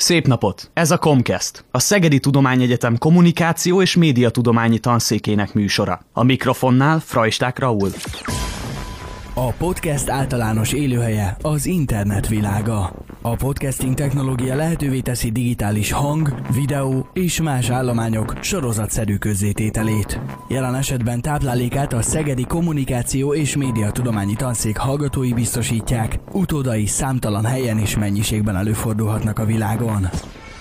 Szép napot! Ez a Comcast, a Szegedi Tudományegyetem kommunikáció és médiatudományi tanszékének műsora. A mikrofonnál Frajsták Raúl. A podcast általános élőhelye az internet világa. A podcasting technológia lehetővé teszi digitális hang, videó és más állományok sorozatszerű közzétételét. Jelen esetben táplálékát a Szegedi Kommunikáció és Médiatudományi Tanszék hallgatói biztosítják, utódai számtalan helyen és mennyiségben előfordulhatnak a világon.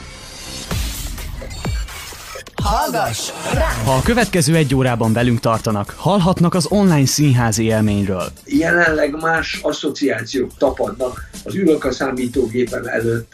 Hallgass ránk! Ha a következő egy órában velünk tartanak, hallhatnak az online színházi élményről. Jelenleg más asszociációk tapadnak, az ülök a számítógépem előtt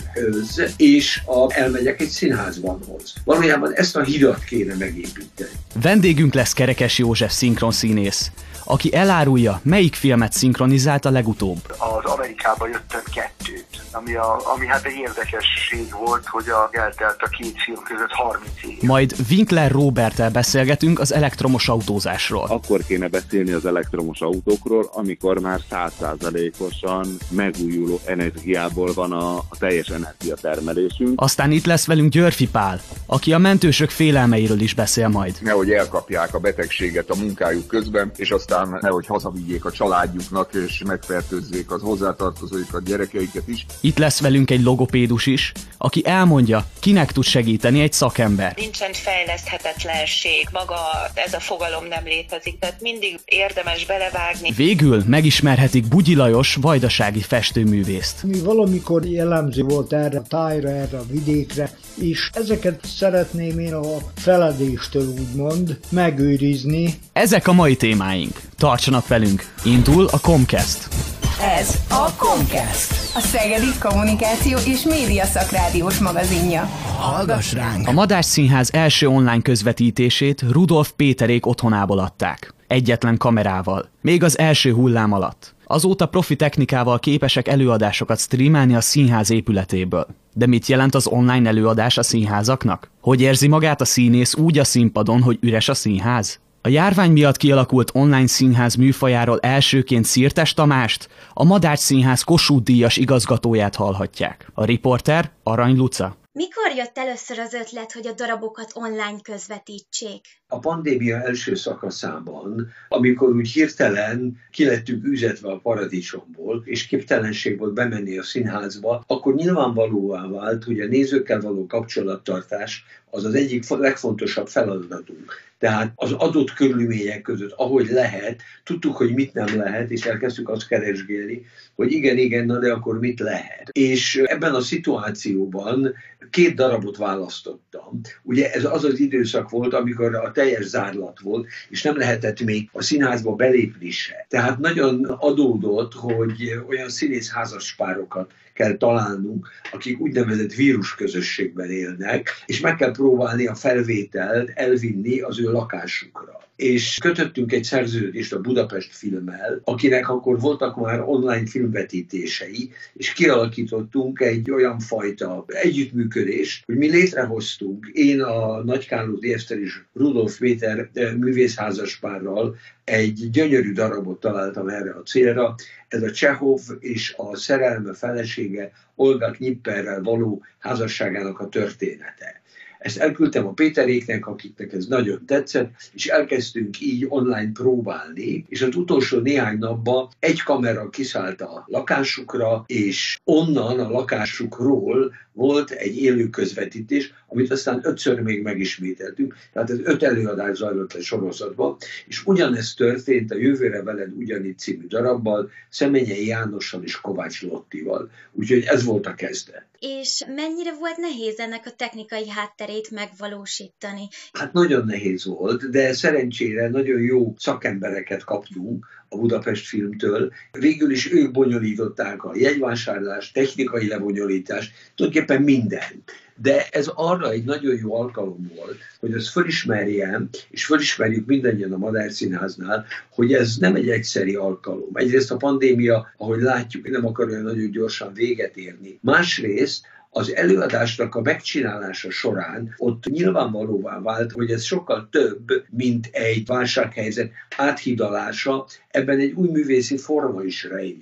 és elmegyek egy színházban hoz. Valójában ezt a hidat kéne megépíteni. Vendégünk lesz Kerekes József szinkronszínész, aki elárulja, melyik filmet szinkronizált a legutóbb. Az Amerikába jöttem 2-t, ami hát egy érdekesség volt, hogy eltelt a két film között 30 év. Majd Winkler Róberttel beszélgetünk az elektromos autózásról. Akkor kéne beszélni az elektromos autókról, amikor már 100%-osan megújuló energiából van a teljes energiatermelésünk. Aztán itt lesz velünk Györfi Pál, aki a mentősök félelmeiről is beszél majd. Nehogy elkapják a betegséget a munkájuk közben, és aztán nehogy hazavigyék a családjuknak, és megfertőzzék az hozzátartozóikat, gyerekeiket is. Itt lesz velünk egy logopédus is, aki elmondja, kinek tud segíteni egy szakember. Nincsen fejleszthetetlenség, maga ez a fogalom nem létezik, tehát mindig érdemes belevágni. Végül megismerhetik Bugyi Lajos vajdasági festőművészt. Mi valamikor jellemző volt erre a tájra, erre a vidékre, és ezeket szeretném én a feledéstől úgymond megőrizni. Ezek a mai témáink. Tartsanak velünk! Indul a Comcast. Ez a Comcast, a Szegedi Kommunikáció és Média Szakrádiós magazinja. Hallgass ránk! A Madách Színház első online közvetítését Rudolf Péterék otthonából adták. Egyetlen kamerával. Még az első hullám alatt. Azóta profi technikával képesek előadásokat streamelni a színház épületéből. De mit jelent az online előadás a színházaknak? Hogy érzi magát a színész úgy a színpadon, hogy üres a színház? A járvány miatt kialakult online színház műfajáról elsőként Szirtes Tamást, a Madách Színház Kossuth-díjas igazgatóját hallhatják. A riporter Arany Luca. Mikor jött először az ötlet, hogy a darabokat online közvetítsék? A pandémia első szakaszában, amikor úgy hirtelen kilettünk üzetve a paradicsomból, és képtelenség volt bemenni a színházba, akkor nyilvánvalóvá vált, hogy a nézőkkel való kapcsolattartás az az egyik legfontosabb feladatunk. Tehát az adott körülmények között, ahogy lehet, tudtuk, hogy mit nem lehet, és elkezdtük azt keresgélni, hogy igen, na de akkor mit lehet. És ebben a szituációban 2 darabot választottam. Ugye ez az az időszak volt, amikor a teljes zárlat volt, és nem lehetett még a színházba belépni se. Tehát nagyon adódott, hogy olyan színészházaspárokat kell találnunk, akik úgynevezett vírusközösségben élnek, és meg kell próbálni a felvételt elvinni az ő lakásukra. És kötöttünk egy szerződést a Budapest Filmmel, akinek akkor voltak már online filmvetítései, és kialakítottunk egy olyan fajta együttműködést, hogy mi létrehoztunk, én a Nagy Kálnosi Eszter és Rudolf Péter művészházaspárral egy gyönyörű darabot találtam erre a célra. Ez a Csehov és a szerelme felesége Olga Knipperrel való házasságának a története. Ezt elküldtem a Péteréknek, akiknek ez nagyon tetszett, és elkezdtünk így online próbálni, és az utolsó néhány napban egy kamera kiszállt a lakásukra, és onnan a lakásukról volt egy élő közvetítés, amit aztán 5-ször még megismételtünk, tehát ez 5 előadás zajlott le sorozatban, és ugyanezt történt a Jövőre veled ugyanígy című darabbal, Szemenyei Jánossal és Kovács Lottival. Úgyhogy ez volt a kezdet. És mennyire volt nehéz ennek a technikai hátterét megvalósítani? Hát nagyon nehéz volt, de szerencsére nagyon jó szakembereket kaptunk a Budapest Filmtől. Végül is ők bonyolították a jegyvásárlást, technikai lebonyolítást, tulajdonképpen mindent. De ez arra egy nagyon jó alkalom volt, hogy azt fölismerjem, és fölismerjük mindannyian a Madách Színháznál, hogy ez nem egy egyszeri alkalom. Egyrészt a pandémia, ahogy látjuk, nem akar olyan nagyon gyorsan véget érni. Másrészt az előadásnak a megcsinálása során ott nyilvánvalóvá vált, hogy ez sokkal több, mint egy válsághelyzet áthidalása, ebben egy új művészi forma is rejlik.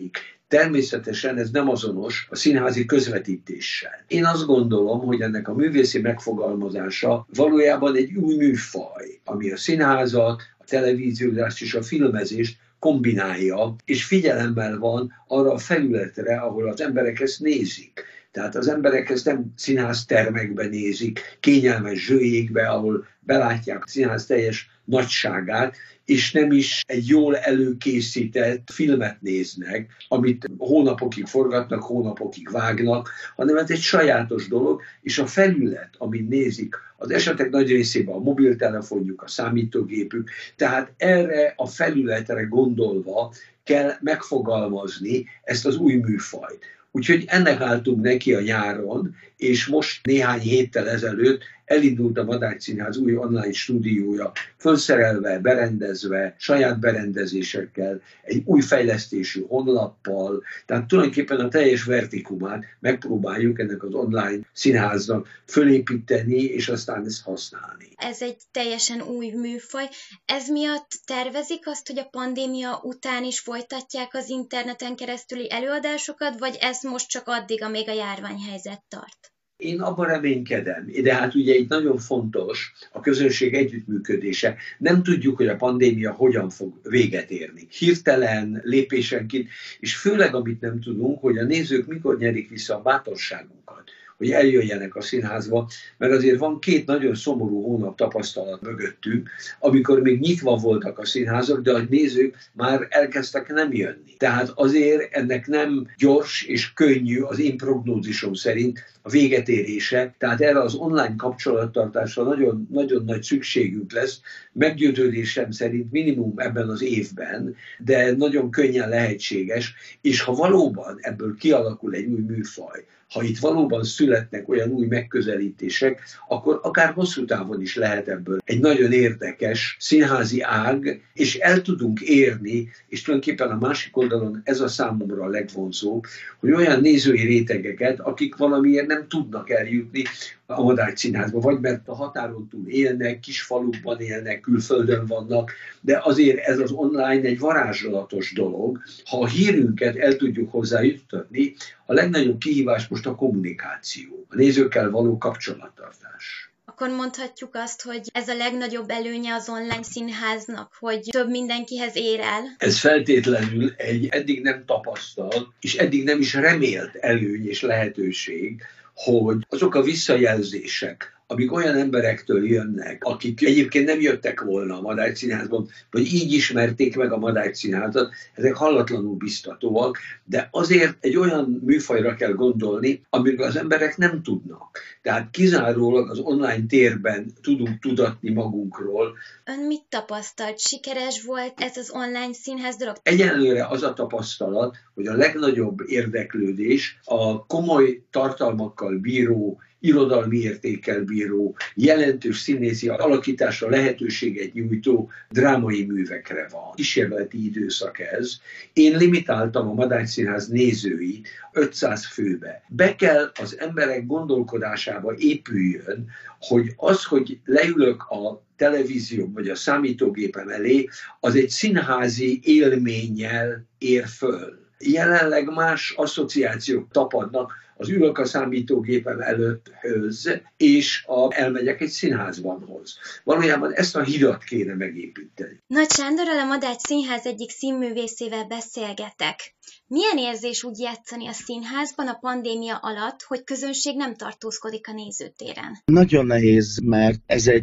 Természetesen ez nem azonos a színházi közvetítéssel. Én azt gondolom, hogy ennek a művészi megfogalmazása valójában egy új műfaj, ami a színházat, a televíziózást és a filmezést kombinálja, és figyelemmel van arra a felületre, ahol az emberek ezt nézik. Tehát az emberek ezt nem színháztermekben nézik, kényelmes zsőjékbe, ahol belátják a színház teljes nagyságát, és nem is egy jól előkészített filmet néznek, amit hónapokig forgatnak, hónapokig vágnak, hanem ez egy sajátos dolog, és a felület, amit nézik, az esetek nagy részében a mobiltelefonjuk, a számítógépük, tehát erre a felületre gondolva kell megfogalmazni ezt az új műfajt. Úgyhogy ennek álltunk neki a nyáron, és most néhány héttel ezelőtt elindult a Madách Színház új online stúdiója, felszerelve, berendezve, saját berendezésekkel, egy új fejlesztésű honlappal, tehát tulajdonképpen a teljes vertikumát megpróbáljuk ennek az online színháznak fölépíteni, és aztán ezt használni. Ez egy teljesen új műfaj. Ez miatt tervezik azt, hogy a pandémia után is folytatják az interneten keresztüli előadásokat, vagy ez most csak addig, amíg a járványhelyzet tart? Én abban reménykedem, de hát ugye itt nagyon fontos a közönség együttműködése. Nem tudjuk, hogy a pandémia hogyan fog véget érni. Hirtelen, lépésenként, és főleg amit nem tudunk, hogy a nézők mikor nyerik vissza a bátorságunkat, hogy eljöjjenek a színházba, mert azért van 2 nagyon szomorú hónap tapasztalat mögöttünk, amikor még nyitva voltak a színházak, de a nézők már elkezdtek nem jönni. Tehát azért ennek nem gyors és könnyű az én prognózisom szerint a véget érése, tehát erre az online kapcsolattartásra nagyon, nagyon nagy szükségünk lesz, meggyőződésem szerint minimum ebben az évben, de nagyon könnyen lehetséges, és ha valóban ebből kialakul egy új műfaj, ha itt valóban születnek olyan új megközelítések, akkor akár hosszú távon is lehet ebből egy nagyon érdekes színházi ág, és el tudunk érni, és tulajdonképpen a másik oldalon ez a számomra a legvonzóbb, hogy olyan nézői rétegeket, akik valamiért nem tudnak eljutni a Madách Színházba, vagy mert a határon túl élnek, kis falukban élnek, külföldön vannak, de azért ez az online egy varázslatos dolog. Ha a hírünket el tudjuk hozzá juttatni, a legnagyobb kihívás most a kommunikáció, a nézőkkel való kapcsolattartás. Akkor mondhatjuk azt, hogy ez a legnagyobb előnye az online színháznak, hogy több mindenkihez ér el? Ez feltétlenül egy eddig nem tapasztalt, és eddig nem is remélt előny és lehetőség, hogy azok a visszajelzések, amik olyan emberektől jönnek, akik egyébként nem jöttek volna a Madách Színházban, vagy így ismerték meg a Madách Színházat, ezek hallatlanul biztatóak, de azért egy olyan műfajra kell gondolni, amiről az emberek nem tudnak. Tehát kizárólag az online térben tudunk tudatni magunkról. Ön mit tapasztalt? Sikeres volt ez az online színház dolog? Egyelőre az a tapasztalat, hogy a legnagyobb érdeklődés a komoly tartalmakkal bíró, irodalmi értékkel bíró, jelentős színészi alakításra lehetőséget nyújtó drámai művekre van. Kísérleti időszak ez. Én limitáltam a Madách Színház nézőit 500 főbe. Be kell az emberek gondolkodásába épüljön, hogy az, hogy leülök a televízió vagy a számítógépem elé, az egy színházi élménnyel ér föl. Jelenleg más asszociációk tapadnak, az ülök a számítógépem előtthöz, és elmegyek egy színházbanhoz. Valójában ezt a hidat kéne megépíteni. Nagy Sándorral, a Madách Színház egyik színművészével beszélgetek. Milyen érzés úgy játszani a színházban a pandémia alatt, hogy közönség nem tartózkodik a nézőtéren? Nagyon nehéz, mert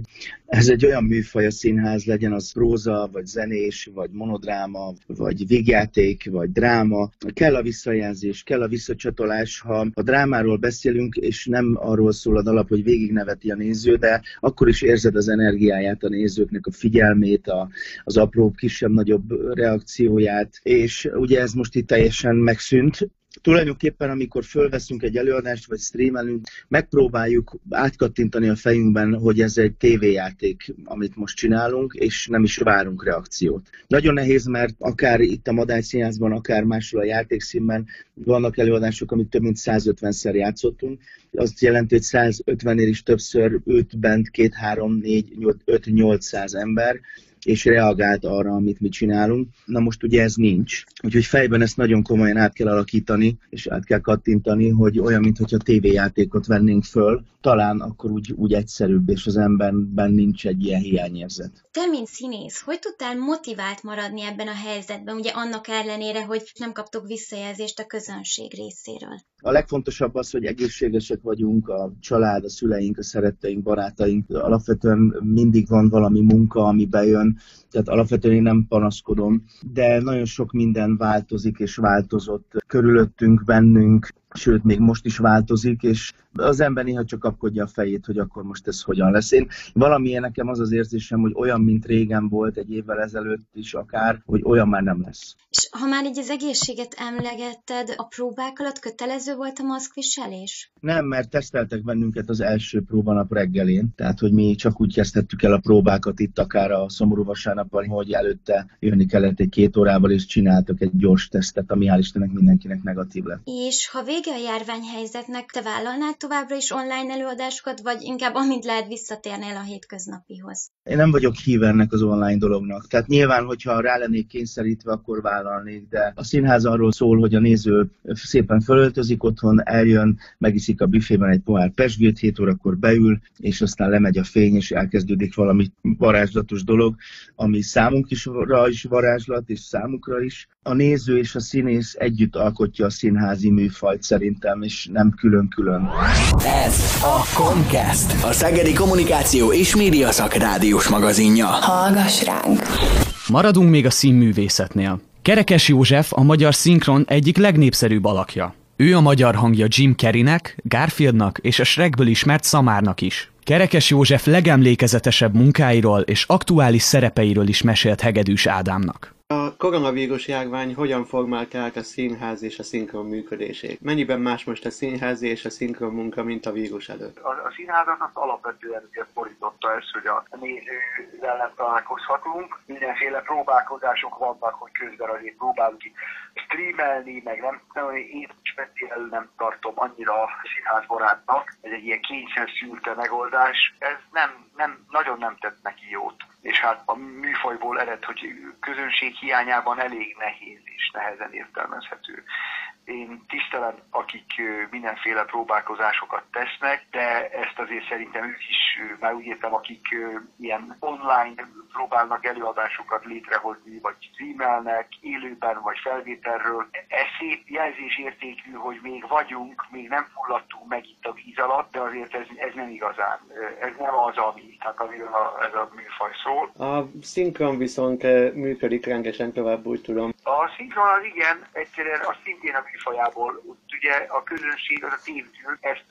ez egy olyan műfaj a színház, legyen az próza, vagy zenés, vagy monodráma, vagy vígjáték, vagy dráma. Kell a visszajelzés, kell a visszacsatolás. Ha a drámáról beszélünk, és nem arról szól a dalap, hogy végigneveti a néző, de akkor is érzed az energiáját a nézőknek, a figyelmét, az apró, kisebb-nagyobb reakcióját, és ugye ez most itt teljesen megszűnt. Tulajdonképpen, amikor fölveszünk egy előadást, vagy streamelünk, megpróbáljuk átkattintani a fejünkben, hogy ez egy tévéjáték, amit most csinálunk, és nem is várunk reakciót. Nagyon nehéz, mert akár itt a Madách Színházban, akár máshol a játékszínben vannak előadások, amit több mint 150-szer játszottunk. Azt jelenti, hogy 150-nél is többször ült bent 2-3-4-5-800 ember, és reagált arra, amit mi csinálunk. Na most ugye ez nincs. Úgyhogy fejben ezt nagyon komolyan át kell alakítani, és át kell kattintani, hogy olyan, mintha tévéjátékot vennénk föl, talán akkor úgy egyszerűbb, és az emberben nincs egy ilyen hiányérzet. Te, mint színész, hogy tudtál motivált maradni ebben a helyzetben, ugye annak ellenére, hogy nem kaptok visszajelzést a közönség részéről? A legfontosabb az, hogy egészségesek vagyunk, a család, a szüleink, a szeretteink, barátaink. Alapvetően mindig van valami munka, ami bejön, tehát alapvetően én nem panaszkodom, de nagyon sok minden változik és változott körülöttünk, bennünk, sőt, még most is változik, és az ember néha csak kapkodja a fejét, hogy akkor most ez hogyan lesz. Én valamilyen nekem az az érzésem, hogy olyan, mint régen volt egy évvel ezelőtt is akár, hogy olyan már nem lesz. És ha már így az egészséget emlegetted, a próbák alatt kötelező volt a maszkviselés? Nem, mert teszteltek bennünket az első próbanap reggelén, tehát hogy mi csak úgy kezdhettük el a próbákat itt akár a szomorú vasárnappal, hogy előtte jönni kellett egy 2 órával, és csináltak egy gyors tesztet, ami hál' Istennek mindenkinek negatív lett. És ha vége a járványhelyzetnek, te vállalnád továbbra is online előadásokat, vagy inkább amint lehet visszatérnél a hétköznapihoz? Én nem vagyok híve ennek az online dolognak. Tehát nyilván, hogyha rá lennék kényszerítve, akkor vállalnék, de a színház arról szól, hogy a néző szépen fölöltözik otthon, eljön, megiszik a büfében egy pohár pezsgőt, 7 órakor beül, és aztán lemegy a fény, és elkezdődik valami varázslatos dolog, ami számunkra is varázslat, és számukra is. A néző és a színész együtt alkotja a színházi műfajt szerintem, és nem külön-külön. Ez a Comcast, a Szegedi Kommunikáció és Média Szakrádiós magazinja. Hallgass ránk! Maradunk még a színművészetnél. Kerekes József a magyar szinkron egyik legnépszerűbb alakja. Ő a magyar hangja Jim Carreynek, Garfieldnak és a Shrekből ismert Szamárnak is. Kerekes József legemlékezetesebb munkáiról és aktuális szerepeiről is mesélt Hegedűs Ádámnak. A koronavírus járvány hogyan formálta át a színház és a szinkron működését? Mennyiben más most a színházi és a szinkron munka, mint a vírus előtt? A színházat azt alapvetően borította ezt, hogy a nézővel nem találkozhatunk. Mindenféle próbálkozások vannak, hogy közben azért próbálunk streamelni, meg nem, én speciál nem tartom annyira színházbarátnak. Ez egy ilyen kényszer szülte megoldás. Ez nem nagyon nem tett neki jót. És hát a műfajból ered, hogy közönség hiányában elég nehéz és nehezen értelmezhető. Én tisztelem, akik mindenféle próbálkozásokat tesznek, de ezt azért szerintem ők is, már úgy értem, akik ilyen online próbálnak előadásokat létrehozni, vagy streamelnek, élőben vagy felvételről. Ez szép jelzésértékű, hogy még vagyunk, még nem fulladtunk meg itt a víz alatt, de azért ez nem igazán. Ez nem az, amiről ez a műfaj szól. A szinkron viszont működik rendesen tovább, úgy tudom. A szinkron az igen, egyszerűen az szintén a műfajából. Ugye a közönség, az a tévtől ezt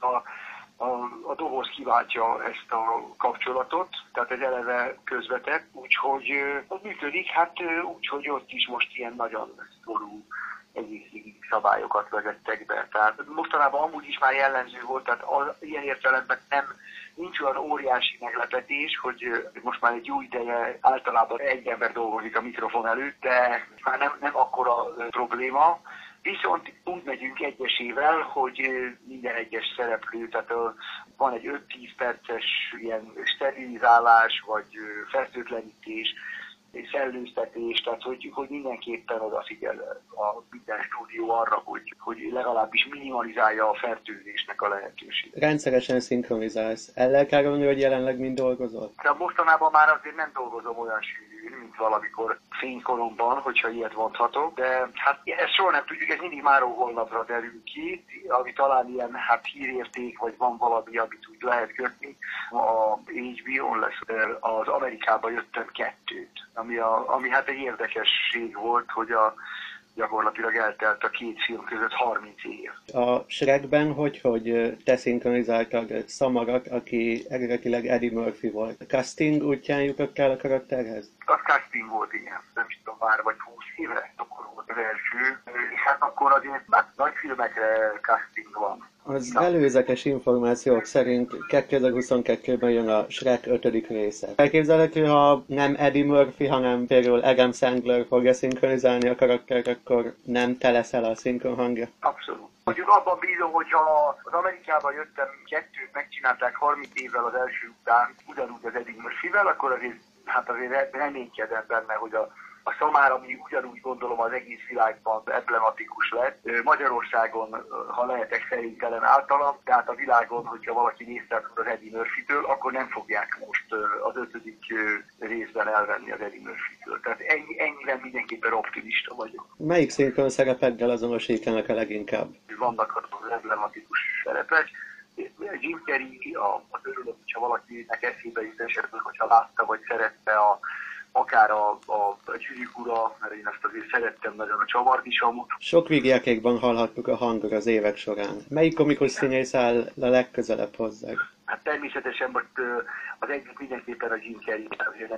a doboz kiváltja ezt a kapcsolatot, tehát ez eleve közvetett, úgyhogy az működik, hát úgyhogy ott is most ilyen nagyon szorú egészségügyi szabályokat vezettek be. Tehát mostanában amúgy is már jellemző volt, tehát ilyen értelemben nincs olyan óriási meglepetés, hogy most már egy jó ideje általában egy ember dolgozik a mikrofon előtt, de már nem akkora probléma. Viszont úgy megyünk egyesével, hogy minden egyes szereplő, tehát van egy 5-10 perces ilyen sterilizálás, vagy fertőtlenítés, szellőztetés, tehát hogy mindenképpen odafigyel a minden stúdió arra, hogy legalábbis minimalizálja a fertőzésnek a lehetőséget. Rendszeresen szinkronizálsz. El lehet árulni, hogy jelenleg mind dolgozol? De mostanában már azért nem dolgozom olyan sűrűn, mint valamikor fénykoromban, hogyha ilyet mondhatok, de hát ezt soha nem tudjuk, ez mindig máról holnapra derül ki, ami talán ilyen hírérték, vagy van valami, amit úgy lehet kötni. A HBO-n lesz, az Amerikába jöttem 2-t, ami hát egy érdekesség volt, hogy gyakorlatilag eltelt a 2 film között 30 év. A Shrekben hogy te szinkronizáltad Samarat, aki eredetileg Eddie Murphy volt. Casting útján jutottál a karakterhez? Az casting volt, igen. Nem is tudom, már vagy 20 éve, akkor volt az első. És hát akkor azért nagy filmekre casting van. Az előzetes információk szerint 2022-ben jön a Shrek 5. része. Elképzelhető, ha nem Eddie Murphy, hanem például Adam Sandler fogja szinkronizálni a karaktert, akkor nem te leszel a szinkron hangja? Abszolút. Mondjuk abban bízom, hogyha az Amerikában jöttem 2-t megcsinálták 30 évvel az első után, ugyanúgy az Eddie Murphyvel, akkor azért hát azért reménykedem benne, hogy a szamár, ami ugyanúgy gondolom az egész világban emblematikus lett. Magyarországon, ha lehetek szerintem általam, tehát a világon, hogyha valaki nézte az Eddie Murphy-től, akkor nem fogják most az 5. részben elvenni az Eddie Murphy-től. Tehát ennyiben mindenképpen optimista vagyok. Melyik szinkron szerepeddel azonosítanak a leginkább? Vannak az emblematikus szerepek. Jim Carrey, az örülök, hogyha valakinek eszébe jut esetleg, hogyha látta vagy szerette akár a Gyűrűk ura, mert én azt azért szerettem nagyon a Csavardisamot. Sok vígjátékban hallhattuk a hangot az évek során. Melyik komikus színész áll a legközelebb hozzá? Hát természetesen most az egyik mindenképpen a Jim Carrey,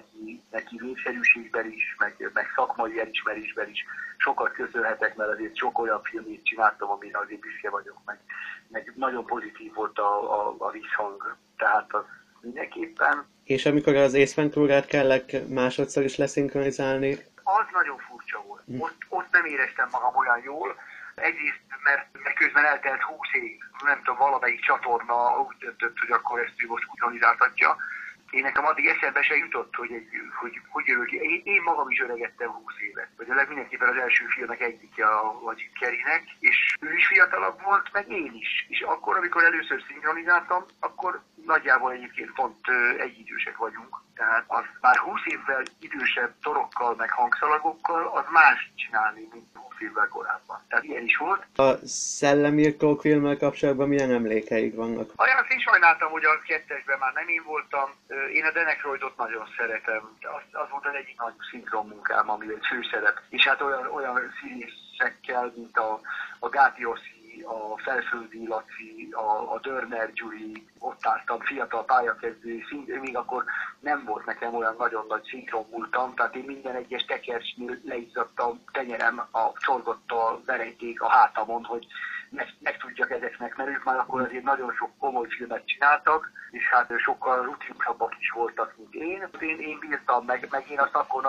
neki népszerűségben is, meg szakmai elismerésben is sokat köszönhetek, mert azért sok olyan filmét csináltam, amire azért büszke vagyok, meg nagyon pozitív volt a visszhang, tehát az mindenképpen. És amikor az Ace Venturát kellett másodszor is leszinkronizálni? Az nagyon furcsa volt. Ott nem éreztem magam olyan jól. Egyrészt, mert közben eltelt 20 év. Nem tudom, valamelyik csatorna úgy döntött, hogy akkor ezt ő most szinkronizáltatja. Én nekem addig eszembe se jutott, hogy jövök ki. Én magam is öregettem 20 évet. Vagy ez mindenképpen az első filmek egyike a Jim Carreynek, és ő is fiatalabb volt, meg én is. És akkor, amikor először szinkronizáltam, akkor nagyjából egyébként pont egyidősek vagyunk. Tehát az már 20 évvel idősebb torokkal, meg hangszalagokkal, az más csinálni, mint 20 évvel korábban. Tehát ilyen is volt. A Szellemírtók filmmel kapcsolatban milyen emlékeid vannak? Olyan én sajnáltam, hogy a 2-esben már nem én voltam. Én a Dan Aykroydot nagyon szeretem. Az volt az egyik nagy szinkron munkám, ami egy főszerep. És hát olyan színészekkel, mint a Gáti Oszi, a Felföldi Laci, a Dörner Gyuri, ott álltam, fiatal pályakezdő, még akkor nem volt nekem olyan nagyon nagy szinkron múltam, tehát én minden egyes tekercsnél leizzadtam tenyerem, csorgott a verejték a hátamon, hogy meg tudjak ezeknek, mert ők már akkor azért nagyon sok komoly filmet csináltak, és hát sokkal rutinosabbak is voltak, mint én bírtam, meg én azt akkor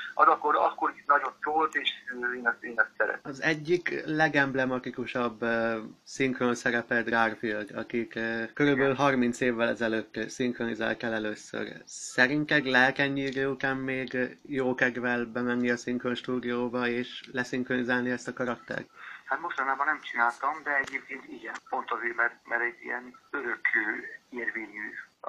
akkor is nagyon szólt, és én azt szeretem. Az egyik legemblematikusabb szinkron szerepel Garfield, akik körülbelül 30 évvel ezelőtt szinkronizálták el először. Szerinted lelkennyírő után még jó kedvel bemenni a szinkron stúdióba és leszinkronizálni ezt a karaktert? Hát mostanában nem csináltam, de egyébként igen. Pont azért, mert egy ilyen örök érvényű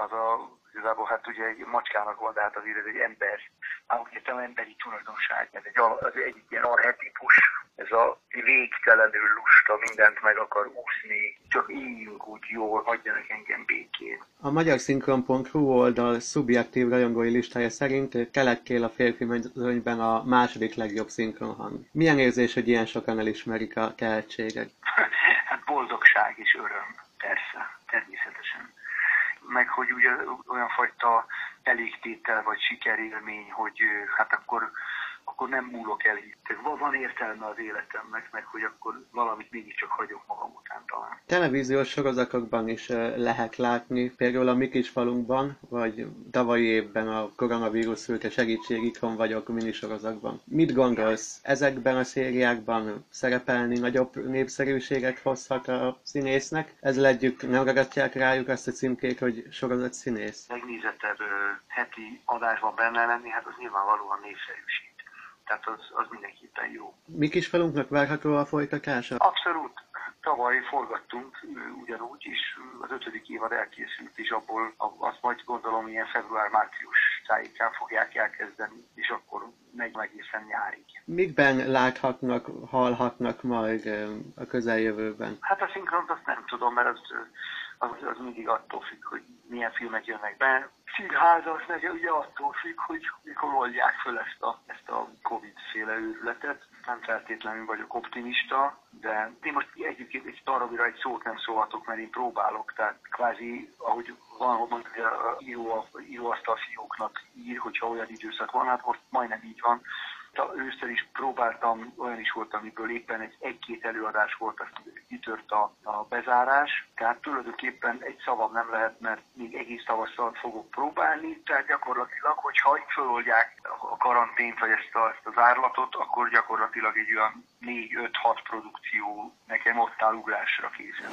igazából hát ugye egy macskának van, de hát azért ez egy ember, értem emberi tulajdonság, ez egy ilyen archetípus, ez a végtelenül lusta, mindent meg akar úszni, csak éljünk úgy jól, hagyjanak engem békén. A magyarszinkron.hu oldal szubjektív rajongói listája szerint Kelek-Kél a férfi mezőnyben a második legjobb szinkronhang. Milyen érzés, hogy ilyen sokan elismerik a tehetséget? Hát boldogság és öröm, persze, természetesen. Meg hogy ugye olyan fajta elégtétel vagy sikerélmény, hogy hát akkor nem múlok el itt. Van értelme az életemnek, meg hogy akkor valamit mégiscsak hagyok magam után talán. Televíziós sorozatokban is lehet látni, például a mi kis falunkban, vagy tavalyi évben a koronavírus szülke segítség itthon vagyok minisorozatban. Mit gondolsz, ezekben a szériákban szerepelni nagyobb népszerűséget hozhat a színésznek? Ezzel együtt nem ragadják rájuk azt a címkét, hogy sorozatszínész? Megnézettebb heti adásban benne lenni, hát az nyilvánvalóan népszerűség. Tehát az mindenképpen jó. Mi kis falunknak várható a folytatása? Abszolút. Tavaly forgattunk ugyanúgy, és az 5. évad elkészült, és abból azt majd gondolom ilyen február-március tájékán fogják elkezdeni, és akkor megy egészen nyárig. Mikben láthatnak, hallhatnak majd a közeljövőben? Hát a szinkront azt nem tudom, mert az mindig attól függ, hogy milyen filmek jönnek be. Színházas meg ugye attól függ, hogy mikor oldják föl ezt a Covid-féle őrületet. Nem feltétlenül vagyok optimista, de én most egyébként egy darabira egy szót nem szólhatok, mert én próbálok. Tehát kvázi, ahogy van, hogy a íróasztal fióknak ír, hogyha olyan időszak van, hát most majdnem így van. Ősszel is próbáltam, olyan is volt, amiből éppen egy-két előadás volt, azt kitört a bezárás. Tehát tulajdonképpen egy szavam nem lehet, mert még egész tavasszal fogok próbálni, tehát gyakorlatilag, hogyha így föloldják a karantént, vagy ezt a zárlatot, akkor gyakorlatilag egy olyan 4-5-6 produkció nekem ott áll ugrásra készen.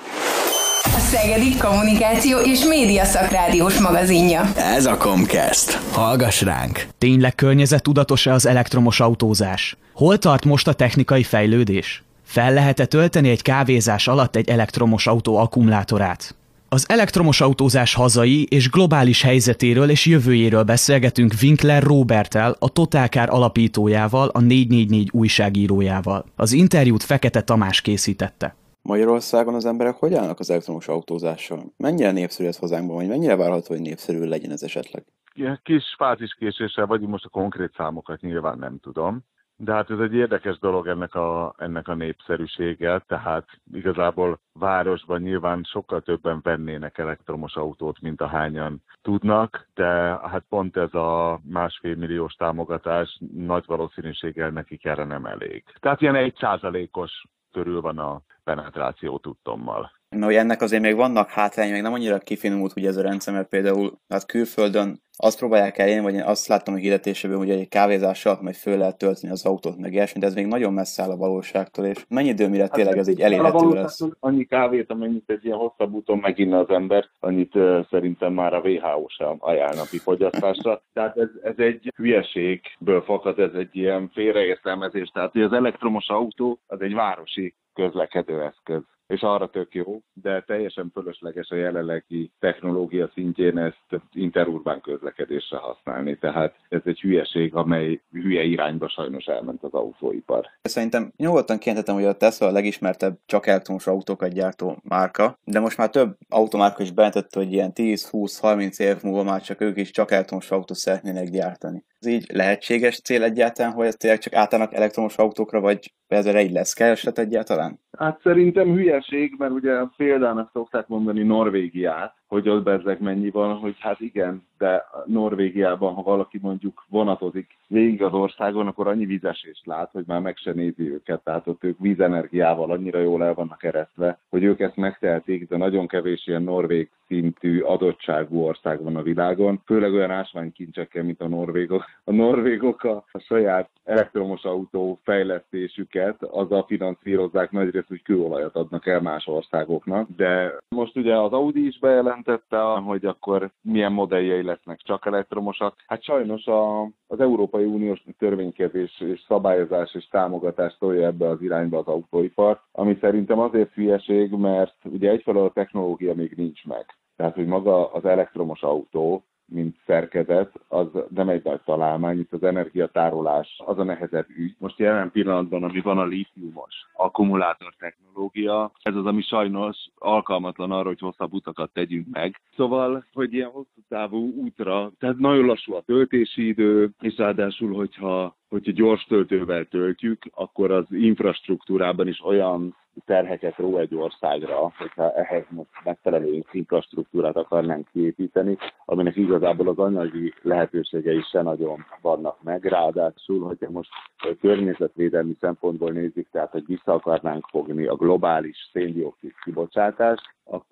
A Szegedi Kommunikáció és Média Szakrádiós magazinja. Ez a Comcast. Hallgass ránk! Tényleg környezettudatos-e az elektromos autózás? Hol tart most a technikai fejlődés? Fel lehet-e tölteni egy kávézás alatt egy elektromos autó akkumulátorát? Az elektromos autózás hazai és globális helyzetéről és jövőjéről beszélgetünk Winkler Roberttel, a Totalcar alapítójával, a 444 újságírójával. Az interjút Fekete Tamás készítette. Magyarországon az emberek hogy állnak az elektromos autózással? Mennyire népszerű ez hazánkban, vagy mennyire várható, hogy népszerű legyen ez esetleg? Ilyen kis fáziskéséssel vagyunk, most a konkrét számokat nyilván nem tudom. De hát ez egy érdekes dolog ennek a népszerűsége, tehát igazából városban nyilván sokkal többen vennének elektromos autót, mint ahányan tudnak, de hát pont ez a 1,5 milliós támogatás nagy valószínűséggel nekik erre nem elég. Tehát ilyen 1%-os körül van a penetráció tudtommal. Na, hogy ennek azért még vannak hátrányai, még nem annyira kifinomult ugye ez a rendszer, mert például hát külföldön azt próbálják elérni, vagy én azt láttam a hirdetésében, hogy egy kávézás alatt majd föl lehet tölteni az autót, meg ilyesmi, de ez még nagyon messze áll a valóságtól, és mennyi idő, mire tényleg ez így elérhető lesz? Annyi kávét, amennyit egy ilyen hosszabb úton meginna az ember, annyit szerintem már a WHO sem ajánl napi fogyasztásra. Tehát ez egy hülyeségből fakad, ez egy ilyen félreértelmezés. Tehát hogy az elektromos autó az egy városi közlekedő eszköz. És arra tök jó, de teljesen fölösleges a jelenlegi technológia szintjén ezt interurbán közlekedésre használni. Tehát ez egy hülyeség, amely hülye irányba sajnos elment az autóipar. Szerintem nyugodtan kijelenthetem, hogy a Tesla a legismertebb csak elektromos autókat gyártó márka, de most már több automárka is bejelentette, hogy ilyen 10-20-30 év múlva már csak ők is csak elektromos autót szeretnének gyártani. Ez így lehetséges cél egyáltalán, hogy ez tényleg csak átállnak elektromos autókra, vagy ezzel így lesz kereslet egyáltalán? Hát szerintem hülyeség, mert ugye példának szokták mondani Norvégiát, hogy ott bezzeg mennyi van, hogy hát igen, de Norvégiában, ha valaki mondjuk vonatozik végig az országon, akkor annyi vízesést lát, hogy már meg se nézi őket. Tehát ott ők vízenergiával annyira jól el vannak eresztve, hogy ők ezt megtehetik, de nagyon kevés ilyen norvég szintű adottságú ország van a világon, főleg olyan ásványkincsekkel, mint a norvégok. A norvégok a saját elektromos autó fejlesztésüket azzal finanszírozzák nagyrészt, hogy kőolajat adnak el más országoknak, de most ugye az Audi is bejelentette, hogy akkor milyen modelljei lesznek csak elektromosak. Hát sajnos az Európai Uniós törvénykezés és szabályozás és támogatás tolja ebbe az irányba az autóipart, ami szerintem azért hülyeség, mert ugye egyfelől a technológia még nincs meg. Tehát, hogy maga az elektromos autó, mint szerkezet, az nem egy nagy találmány, itt az energiatárolás az a nehezebb ügy. Most jelen pillanatban, ami van a lítiumos akkumulátor technológia, ez az, ami sajnos alkalmatlan arra, hogy hosszabb utakat tegyünk meg. Szóval, hogy ilyen hosszú távú útra, tehát nagyon lassú a töltési idő, és ráadásul, hogyha gyors töltővel töltjük, akkor az infrastruktúrában is olyan terheket ró egy országra, hogyha ehhez most megfelelő infrastruktúrát akarnánk kiépíteni, aminek igazából az anyagi lehetőségei se nagyon vannak meg. Ráadásul, hogyha most környezetvédelmi szempontból nézzük, tehát hogy vissza akarnánk fogni a globális szén-dioxid kibocsátást,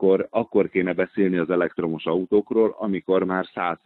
akkor kéne beszélni az elektromos autókról, amikor már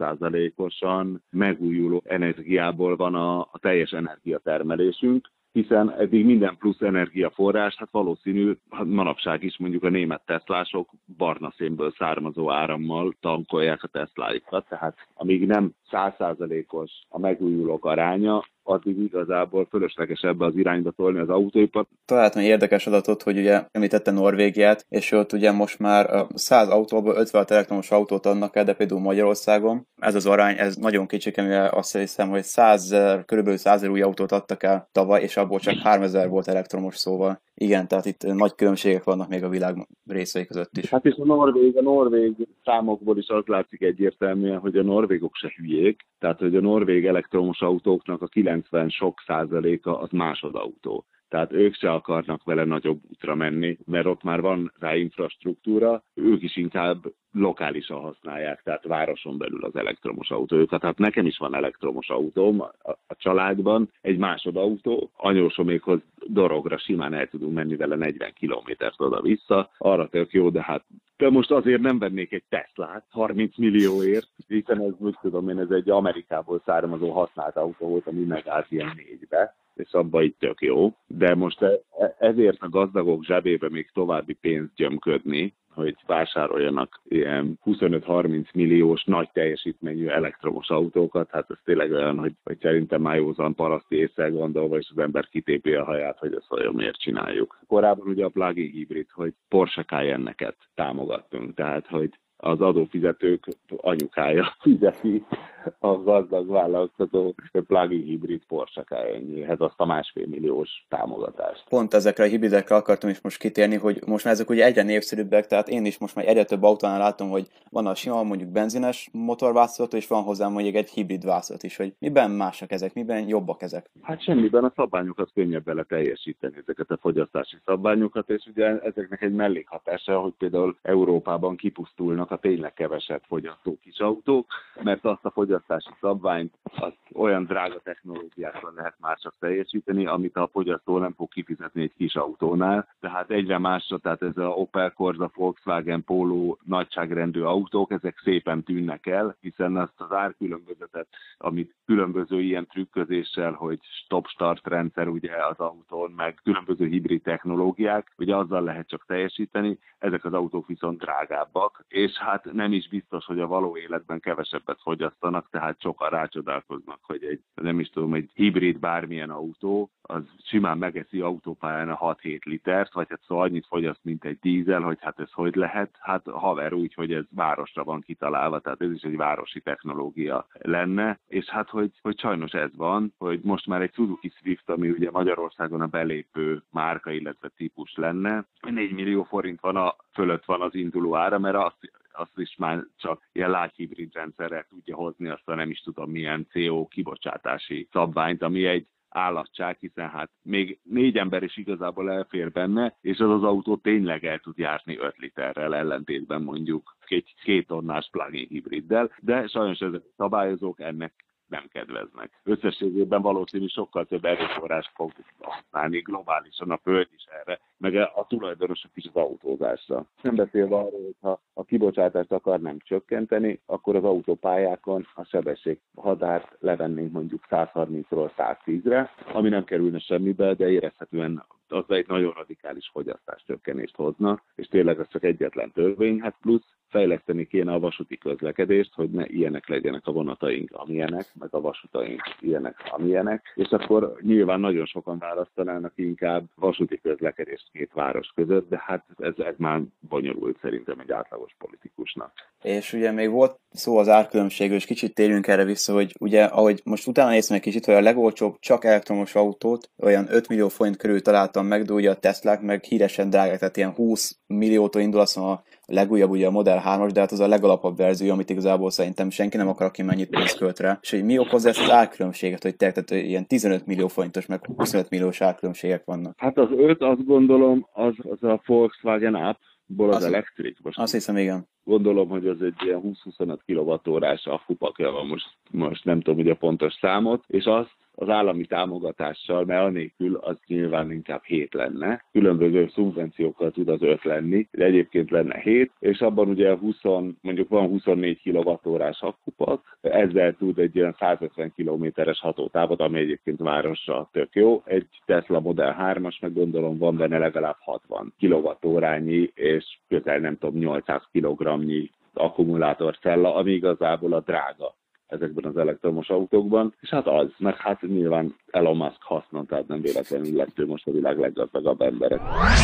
100%-osan megújuló energiából van a teljes energiatermelésünk, hiszen eddig minden plusz energiaforrás, hát valószínű, manapság is mondjuk a német teslások barna szénből származó árammal tankolják a Tesláikat, tehát amíg nem 100%-os a megújulók aránya, addig igazából fölösleges ebbe az irányba tolni az autóipart. Találtam egy érdekes adatot, hogy ugye említette Norvégiát, és ott ugye most már 100 autóból 56 elektromos autót adnak el, de például Magyarországon ez az arány, ez nagyon kicsik, mivel azt hiszem, hogy körülbelül 100 000 új autót adtak el tavaly, és abból csak 3000 volt elektromos, szóval igen, tehát itt nagy különbségek vannak még a világ részei között is. Hát és a norvég számokból is az látszik egyértelműen, hogy a norvégok se hülyék, tehát hogy a norvég elektromos autóknak a 90% az másodautó. Tehát ők se akarnak vele nagyobb útra menni, mert ott már van rá infrastruktúra, ők is inkább lokálisan használják, tehát városon belül az elektromos autójukat. Tehát nekem is van elektromos autóm a családban, egy másodautó, anyósomékhoz dorogra simán el tudunk menni vele 40 kilométert oda-vissza, arra tök jó, de hát de most azért nem vennék egy Teslát 30 millióért, hiszen ez, úgy tudom én, ez egy Amerikából származó használt autó volt, ami megállt ilyen 4-be, és abban így tök jó. De most ezért a gazdagok zsebébe még további pénzt gyömködni, hogy vásároljanak ilyen 25-30 milliós nagy teljesítményű elektromos autókat, hát ez tényleg olyan, hogy szerintem már józan paraszti ésszel gondolva, és az ember kitépi a haját, hogy ezt olyan miért csináljuk. Korábban ugye a plug-in hibrid, hogy Porsche Cayenne-eket támogattunk, tehát hogy az adófizetők anyukája fizeti a gazdag vállalkozó plug-in hibrid Porsche Cayenne-hez azt a 1,5 milliós támogatást. Pont ezekre a hibridekre akartam is most kitérni, hogy most már ezek ugye egyre népszerűbbek, tehát én is most már egyre több autónál látom, hogy van a sima, mondjuk benzines motorváltozat, és van hozzá mondjuk egy hibrid változat is, hogy miben másak ezek, miben jobbak ezek? Hát semmiben, a szabványokat könnyebb bele teljesíteni, ezeket a fogyasztási szabványokat, és ugye ezeknek egy mellékhatása, hogy például Európában kipusztulnak a tényleg keveset fogyasztó kis autók, mert azt a fogyasztási szabványt azt olyan drága technológiákkal lehet már csak teljesíteni, amit a fogyasztó nem fog kifizetni egy kis autónál. Tehát egyre másra, tehát ez a Opel Corsa, Volkswagen Polo nagyságrendű autók, ezek szépen tűnnek el, hiszen azt az árkülönbözetet, amit különböző ilyen trükközéssel, hogy stop-start rendszer ugye az autón, meg különböző hibrid technológiák, ugye azzal lehet csak teljesíteni, ezek az autók viszont drágábbak, és hát nem is biztos, hogy a való életben kevesebbet fogyasztanak, tehát sokan rácsodálkoznak, hogy egy hibrid bármilyen autó, az simán megeszi autópályán a 6-7 litert, vagy hát szóval annyit fogyaszt, mint egy dízel, hogy hát ez hogy lehet? Hát haver úgy, hogy ez városra van kitalálva, tehát ez is egy városi technológia lenne, és hát hogy sajnos ez van, hogy most már egy Suzuki Swift, ami ugye Magyarországon a belépő márka, illetve típus lenne, 4 millió forint fölött van az induló ára, mert azt is már csak ilyen lágy hibrid rendszerrel tudja hozni azt a nem is tudom milyen CO kibocsátási szabványt, ami egy állatság, hiszen hát még 4 ember is igazából elfér benne, és az autó tényleg el tud járni 5 literrel ellentétben mondjuk egy 2 tonnás plug-in hibriddel, de sajnos ezek a szabályozók ennek nem kedveznek. Összességében valószínű sokkal több erőforrást fog használni globálisan a Föld is erre, meg a tulajdonosok is az autózásra. Nem beszélve arról, hogy ha a kibocsátást akarnánk csökkenteni, akkor az autópályákon a sebességhatárt levennénk mondjuk 130-ról 110-re, ami nem kerülne semmibe, de érezhetően az egy nagyon radikális fogyasztáscsökkenést hozna, és tényleg ez csak egyetlen törvény, hát plusz fejleszteni kéne a vasúti közlekedést, hogy ne ilyenek legyenek a vonataink, amilyenek, meg a vasutaink ilyenek, amilyenek, és akkor nyilván nagyon sokan választanának inkább vasúti közlekedést 2 város között, de hát ez már bonyolult szerintem egy átlagos politikusnak. És ugye még volt szó az árkülönbségről, és kicsit térjünk erre vissza, hogy ugye, ahogy most utána néztem egy kicsit, hogy a legolcsóbb csak elektromos autót olyan 5 millió forint körül találtam meg, de ugye a Teslák meg híresen drágák, tehát ilyen 20 milliótól indul, azt mondom, a legújabb ugye a Model 3-as, de hát az a legalapabb verzió, amit igazából szerintem senki nem akar, aki mennyit pénzt költ rá. És hogy mi okozza ezt az árkülönbséget, hogy tehát ilyen 15 millió forintos, meg 25 milliós árkülönbségek vannak? Hát az 5, azt gondolom, az a Volkswagen Up-ból az Electric. Azt hiszem, igen. Gondolom, hogy az egy ilyen 20-25 kWh-órás akkupakja van, most nem tudom, hogy a pontos számot, és az állami támogatással, mert anélkül az nyilván inkább 7 lenne. Különböző szubvenciókkal tud az 5 lenni, de egyébként lenne 7, és abban ugye mondjuk van 24 kWh-órás akkupak, ezzel tud egy ilyen 150 km-es hatótávot, ami egyébként városra tök jó. Egy Tesla Model 3-as, meg gondolom van benne legalább 60 kWh-órányi, és közel nem tudom 800 kg-nyi akkumulátorcella, ami igazából a drága ezekben az elektromos autókban, és hát az, meg hát nyilván Elon Musk haszna, tehát nem véletlenül lett ő most a világ leggazdagabb emberek.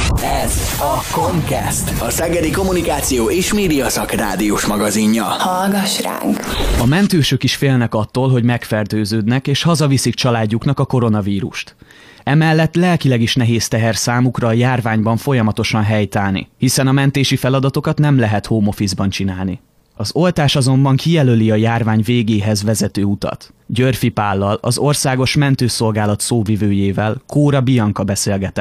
Ez a Comcast, a Szegedi Kommunikáció és Médiaszak rádiós magazinja. Hallgass ránk! A mentősök is félnek attól, hogy megfertőződnek és hazaviszik családjuknak a koronavírust. Emellett lelkileg is nehéz teher számukra a járványban folyamatosan helytállni, hiszen a mentési feladatokat nem lehet home office-ban csinálni. Az oltás azonban kijelöli a járvány végéhez vezető utat. Györffy Pállal, az Országos Mentőszolgálat szóvivőjével Kóra Bianca beszélgetett.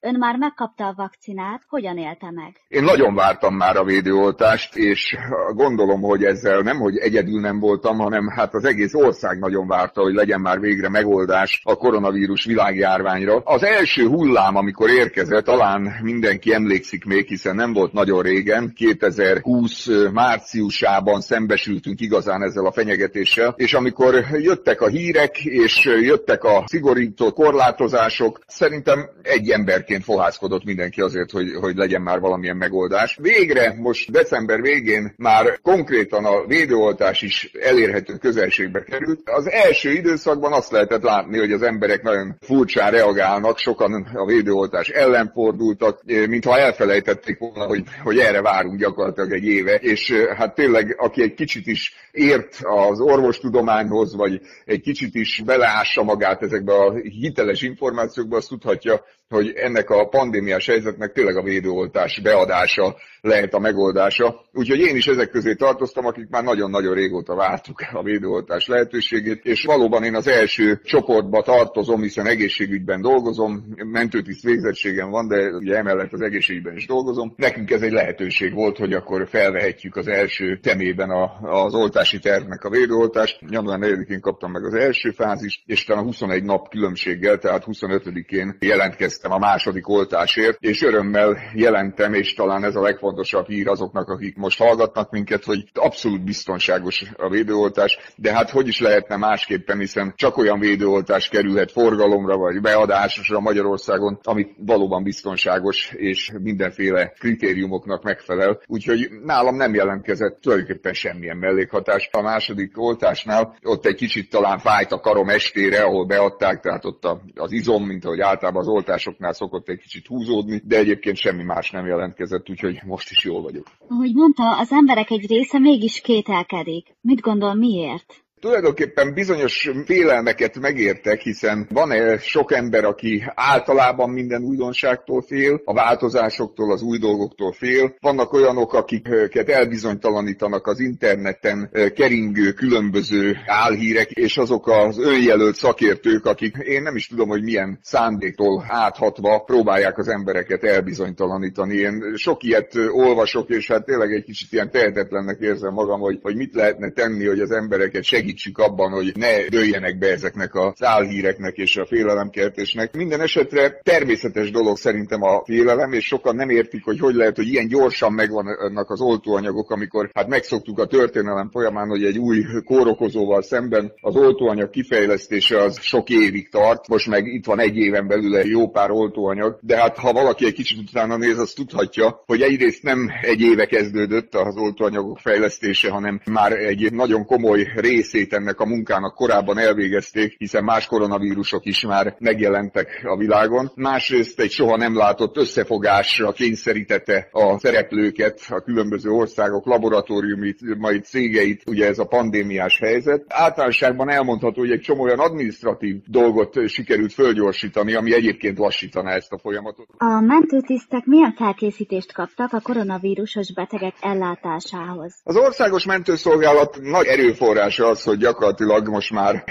Ön már megkapta a vakcinát, hogyan élte meg? Én nagyon vártam már a védőoltást, és gondolom, hogy ezzel nem, hogy egyedül nem voltam, hanem hát az egész ország nagyon várta, hogy legyen már végre megoldás a koronavírus világjárványra. Az első hullám, amikor érkezett, talán mindenki emlékszik még, hiszen nem volt nagyon régen, 2020 márciusában szembesültünk igazán ezzel a fenyegetéssel, és amikor jöttek a hírek, és jöttek a szigorító korlátozások, szerintem egy emberként fohászkodott mindenki azért, hogy legyen már valamilyen megoldás. Végre, most december végén már konkrétan a védőoltás is elérhető közelségbe került. Az első időszakban azt lehetett látni, hogy az emberek nagyon furcsán reagálnak, sokan a védőoltás ellen fordultak, mintha elfelejtették volna, hogy erre várunk gyakorlatilag egy éve, és hát tényleg, aki egy kicsit is ért az orvostudományhoz, vagy egy kicsit is beleássa magát ezekbe a hiteles információkba, azt tudhatja, hogy ennek a pandémiás helyzetnek tényleg a védőoltás beadása lehet a megoldása. Úgyhogy én is ezek közé tartoztam, akik már nagyon-nagyon régóta vártuk a védőoltás lehetőségét, és valóban én az első csoportba tartozom, hiszen egészségügyben dolgozom, mentőtiszt végzettségem van, de ugye emellett az egészségügyben is dolgozom. Nekünk ez egy lehetőség volt, hogy akkor felvehetjük az első temében az oltási tervnek a védőoltást. Január 4-én kaptam meg az első fázist, és talán 21 nap különbséggel, tehát 25-én jelentkeztem a második oltásért, és örömmel jelentem, és talán ez a legfontosabb hír azoknak, akik most hallgatnak minket, hogy abszolút biztonságos a védőoltás, de hát hogy is lehetne másképpen, hiszen csak olyan védőoltás kerülhet forgalomra vagy beadásra Magyarországon, ami valóban biztonságos és mindenféle kritériumoknak megfelel. Úgyhogy nálam nem jelentkezett tulajdonképpen semmilyen mellékhatás. A második oltásnál ott egy kicsit talán fájt a karom estére, ahol beadták, tehát ott az izom, mint ahogy általában az oltásoknál szokott egy kicsit húzódni, de egyébként semmi más nem jelentkezett, úgyhogy most is jól vagyok. Ahogy mondta, az emberek egy része mégis kételkedik. Mit gondol, miért? Tulajdonképpen bizonyos félelmeket megértek, hiszen van sok ember, aki általában minden újdonságtól fél, a változásoktól, az új dolgoktól fél. Vannak olyanok, akiket elbizonytalanítanak az interneten keringő különböző álhírek, és azok az önjelölt szakértők, akik én nem is tudom, hogy milyen szándéktól áthatva próbálják az embereket elbizonytalanítani. Én sok ilyet olvasok, és hát tényleg egy kicsit ilyen tehetetlennek érzem magam, hogy mit lehetne tenni, hogy az embereket segítsük abban, hogy ne dőljenek be ezeknek az álhíreknek és a félelemkeltésnek. Minden esetre természetes dolog szerintem a félelem, és sokan nem értik, hogy lehet, hogy ilyen gyorsan megvannak az oltóanyagok, amikor hát megszoktuk a történelem folyamán, hogy egy új kórokozóval szemben az oltóanyag kifejlesztése az sok évig tart. Most meg itt van egy éven belül egy jó pár oltóanyag, de hát ha valaki egy kicsit utána néz, az tudhatja, hogy egyrészt nem egy éve kezdődött az oltóanyagok fejlesztése, hanem már egy nagyon komoly részét ennek a munkának korábban elvégezték, hiszen más koronavírusok is már megjelentek a világon. Másrészt egy soha nem látott összefogásra kényszerítette a szereplőket, a különböző országok laboratóriumi cégeit, ugye ez a pandémiás helyzet. Általánosságban elmondható, hogy egy csomó olyan adminisztratív dolgot sikerült fölgyorsítani, ami egyébként lassítaná ezt a folyamatot. A mentőtisztek milyen felkészítést kaptak a koronavírusos betegek ellátásához? Az Országos Mentőszolgálat nagy erőforrása az, hogy gyakorlatilag most már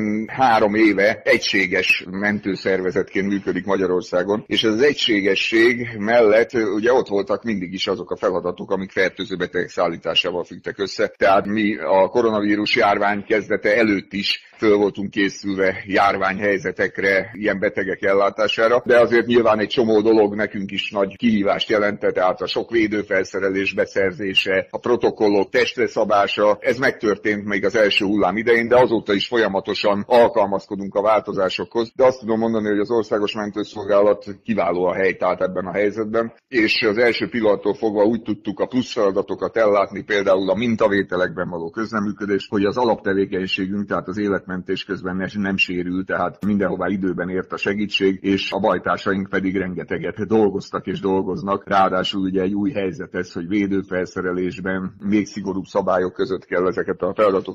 73 éve egységes mentőszervezetként működik Magyarországon, és ez az egységesség mellett ugye ott voltak mindig is azok a feladatok, amik fertőző betegek szállításával függtek össze. Tehát mi a koronavírus járvány kezdete előtt is föl voltunk készülve járványhelyzetekre, ilyen betegek ellátására, de azért nyilván egy csomó dolog nekünk is nagy kihívást jelentett, tehát a sok védőfelszerelés beszerzése, a protokollok testre szabása, ez megtörtént még az első hullám idején, de azóta is folyamatosan alkalmazkodunk a változásokhoz. De azt tudom mondani, hogy az Országos Mentőszolgálat kiválóan helytált ebben a helyzetben, és az első pillanattól fogva úgy tudtuk a plusz feladatokat ellátni, például a mintavételekben való közreműködés, hogy az alaptevékenységünk, tehát az életmentés közben nem sérül, tehát mindenhová időben ért a segítség, és a bajtársaink pedig rengeteget dolgoztak és dolgoznak. Ráadásul ugye egy új helyzet ez, hogy védőfelszerelésben még szigorúbb szabályok között kell ezeket a feladatokat végrehajtani.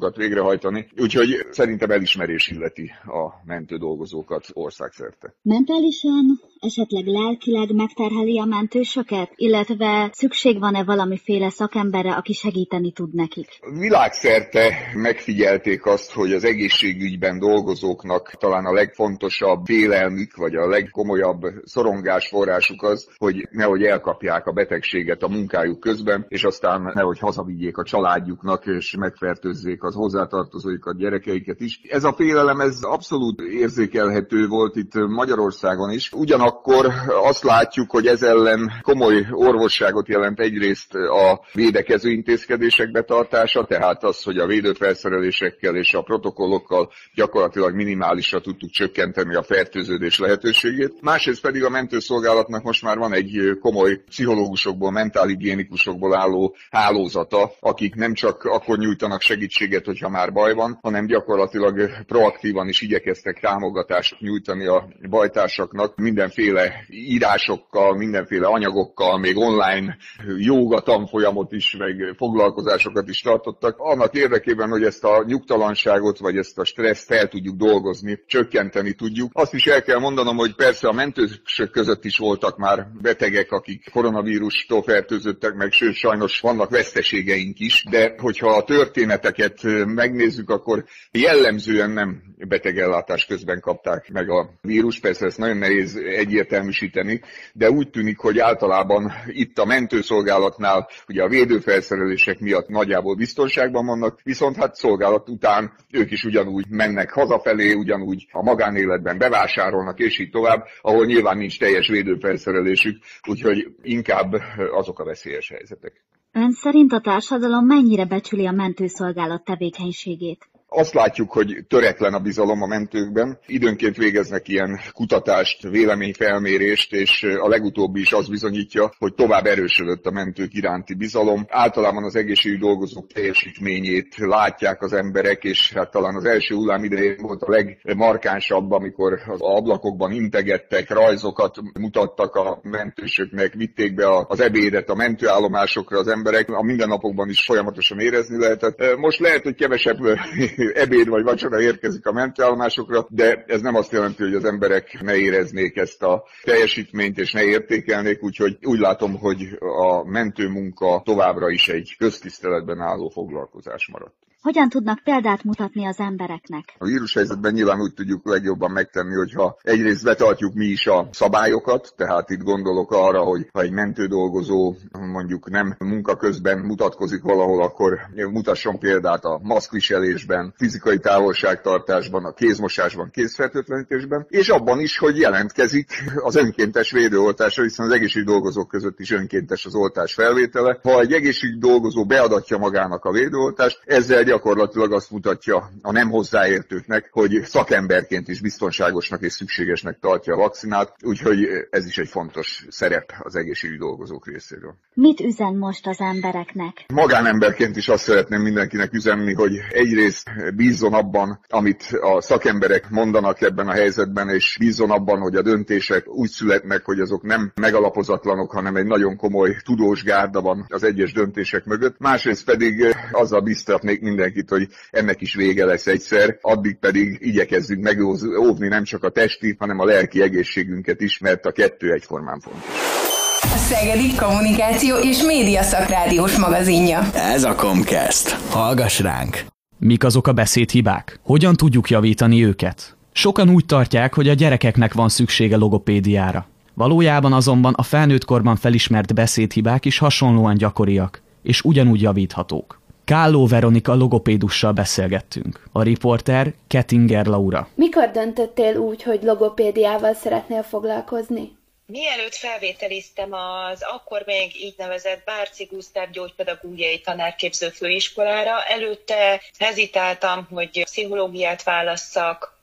végrehajtani. Úgyhogy szerintem elismerés illeti a mentődolgozókat országszerte. Mentálisan, esetleg lelkileg megterheli a mentősöket, illetve szükség van-e valamiféle szakemberre, aki segíteni tud nekik? Világszerte megfigyelték azt, hogy az egészségügyben dolgozóknak talán a legfontosabb félelmük, vagy a legkomolyabb szorongásforrásuk az, hogy nehogy elkapják a betegséget a munkájuk közben, és aztán nehogy hazavigyék a családjuknak, és megfertőzzék az hozzátartozóikat, gyerekeiket is. Ez a félelem, ez abszolút érzékelhető volt itt Magyarországon is. Ugyanakkor azt látjuk, hogy ez ellen komoly orvosságot jelent egyrészt a védekező intézkedések betartása, tehát az, hogy a védőfelszerelésekkel és a protokollokkal gyakorlatilag minimálisra tudtuk csökkenteni a fertőződés lehetőségét. Másrészt pedig a mentőszolgálatnak most már van egy komoly pszichológusokból, mentálhigiénikusokból álló hálózata, akik nem csak akkor nyújtanak segítséget, hogyha már baj van, hanem gyakorlatilag proaktívan is igyekeztek támogatást nyújtani a bajtársaknak mindenféle írásokkal, mindenféle anyagokkal, még online jóga tanfolyamot is, meg foglalkozásokat is tartottak. Annak érdekében, hogy ezt a nyugtalanságot, vagy ezt a stresszt fel tudjuk dolgozni, csökkenteni tudjuk. Azt is el kell mondanom, hogy persze a mentősök között is voltak már betegek, akik koronavírustól fertőzöttek meg, sőt sajnos vannak veszteségeink is, de hogyha a történeteket megnézzük, akkor jellemzően nem betegellátás közben kapták meg a vírus. Persze ezt nagyon nehéz egyértelműsíteni, de úgy tűnik, hogy általában itt a mentőszolgálatnál ugye a védőfelszerelések miatt nagyjából biztonságban vannak, viszont hát szolgálat után ők is ugyanúgy mennek hazafelé, ugyanúgy a magánéletben bevásárolnak, és így tovább, ahol nyilván nincs teljes védőfelszerelésük, úgyhogy inkább azok a veszélyes helyzetek. Ön szerint a társadalom mennyire becsüli a mentőszolgálat tevékenységét? Azt látjuk, hogy töretlen a bizalom a mentőkben. Időnként végeznek ilyen kutatást, véleményfelmérést, és a legutóbbi is azt bizonyítja, hogy tovább erősödött a mentők iránti bizalom. Általában az egészségügyi dolgozók teljesítményét látják az emberek, és hát talán az első hullám idején volt a legmarkánsabb, amikor az ablakokban integettek, rajzokat mutattak a mentősöknek, vitték be az ebédet a mentőállomásokra az emberek. A mindennapokban is folyamatosan érezni lehetett. Most lehet, hogy kevesebb ebéd vagy vacsora érkezik a mentőállomásokra, de ez nem azt jelenti, hogy az emberek ne éreznék ezt a teljesítményt és ne értékelnék, úgyhogy úgy látom, hogy a mentőmunka továbbra is egy köztiszteletben álló foglalkozás maradt. Hogyan tudnak példát mutatni az embereknek? A vírushelyzetben nyilván úgy tudjuk legjobban megtenni, hogyha egyrészt betartjuk mi is a szabályokat, tehát itt gondolok arra, hogy ha egy mentődolgozó mondjuk nem munka közben mutatkozik valahol, akkor mutasson példát a maszkviselésben, fizikai távolságtartásban, a kézmosásban, kézfertőtlenítésben, és abban is, hogy jelentkezik az önkéntes védőoltásra, hiszen az egészségügyi dolgozók között is önkéntes az oltás felvétele. Ha egy egészségügyi dolgozó beadatja magának a védőoltást, ezzel gyakorlatilag azt mutatja a nem hozzáértőknek, hogy szakemberként is biztonságosnak és szükségesnek tartja a vakcinát, úgyhogy ez is egy fontos szerep az egészségügyi dolgozók részéről. Mit üzen most az embereknek? Magánemberként is azt szeretném mindenkinek üzenni, hogy egyrészt bízzon abban, amit a szakemberek mondanak ebben a helyzetben, és bízzon abban, hogy a döntések úgy születnek, hogy azok nem megalapozatlanok, hanem egy nagyon komoly tudós gárda van az egyes döntések mögött. Másrészt pedig azzal biztatnék mindenkit, hogy ennek is vége lesz egyszer, addig pedig igyekezzünk megóvni nem csak a testi, hanem a lelki egészségünket is, mert a kettő egyformán fontos. A Szegedi Kommunikáció és Média Szakrádiós magazinja. Ez a Comcast. Hallgass ránk! Mik azok a beszédhibák? Hogyan tudjuk javítani őket? Sokan úgy tartják, hogy a gyerekeknek van szüksége logopédiára. Valójában azonban a felnőtt korban felismert beszédhibák is hasonlóan gyakoriak, és ugyanúgy javíthatók. Kálló Veronika logopédussal beszélgettünk. A riporter Kettinger Laura. Mikor döntöttél úgy, hogy logopédiával szeretnél foglalkozni? Mielőtt felvételiztem az akkor még így nevezett Bárci Gusztáv gyógypedagógiai tanárképző főiskolára, előtte hezitáltam, hogy pszichológiát válasszak,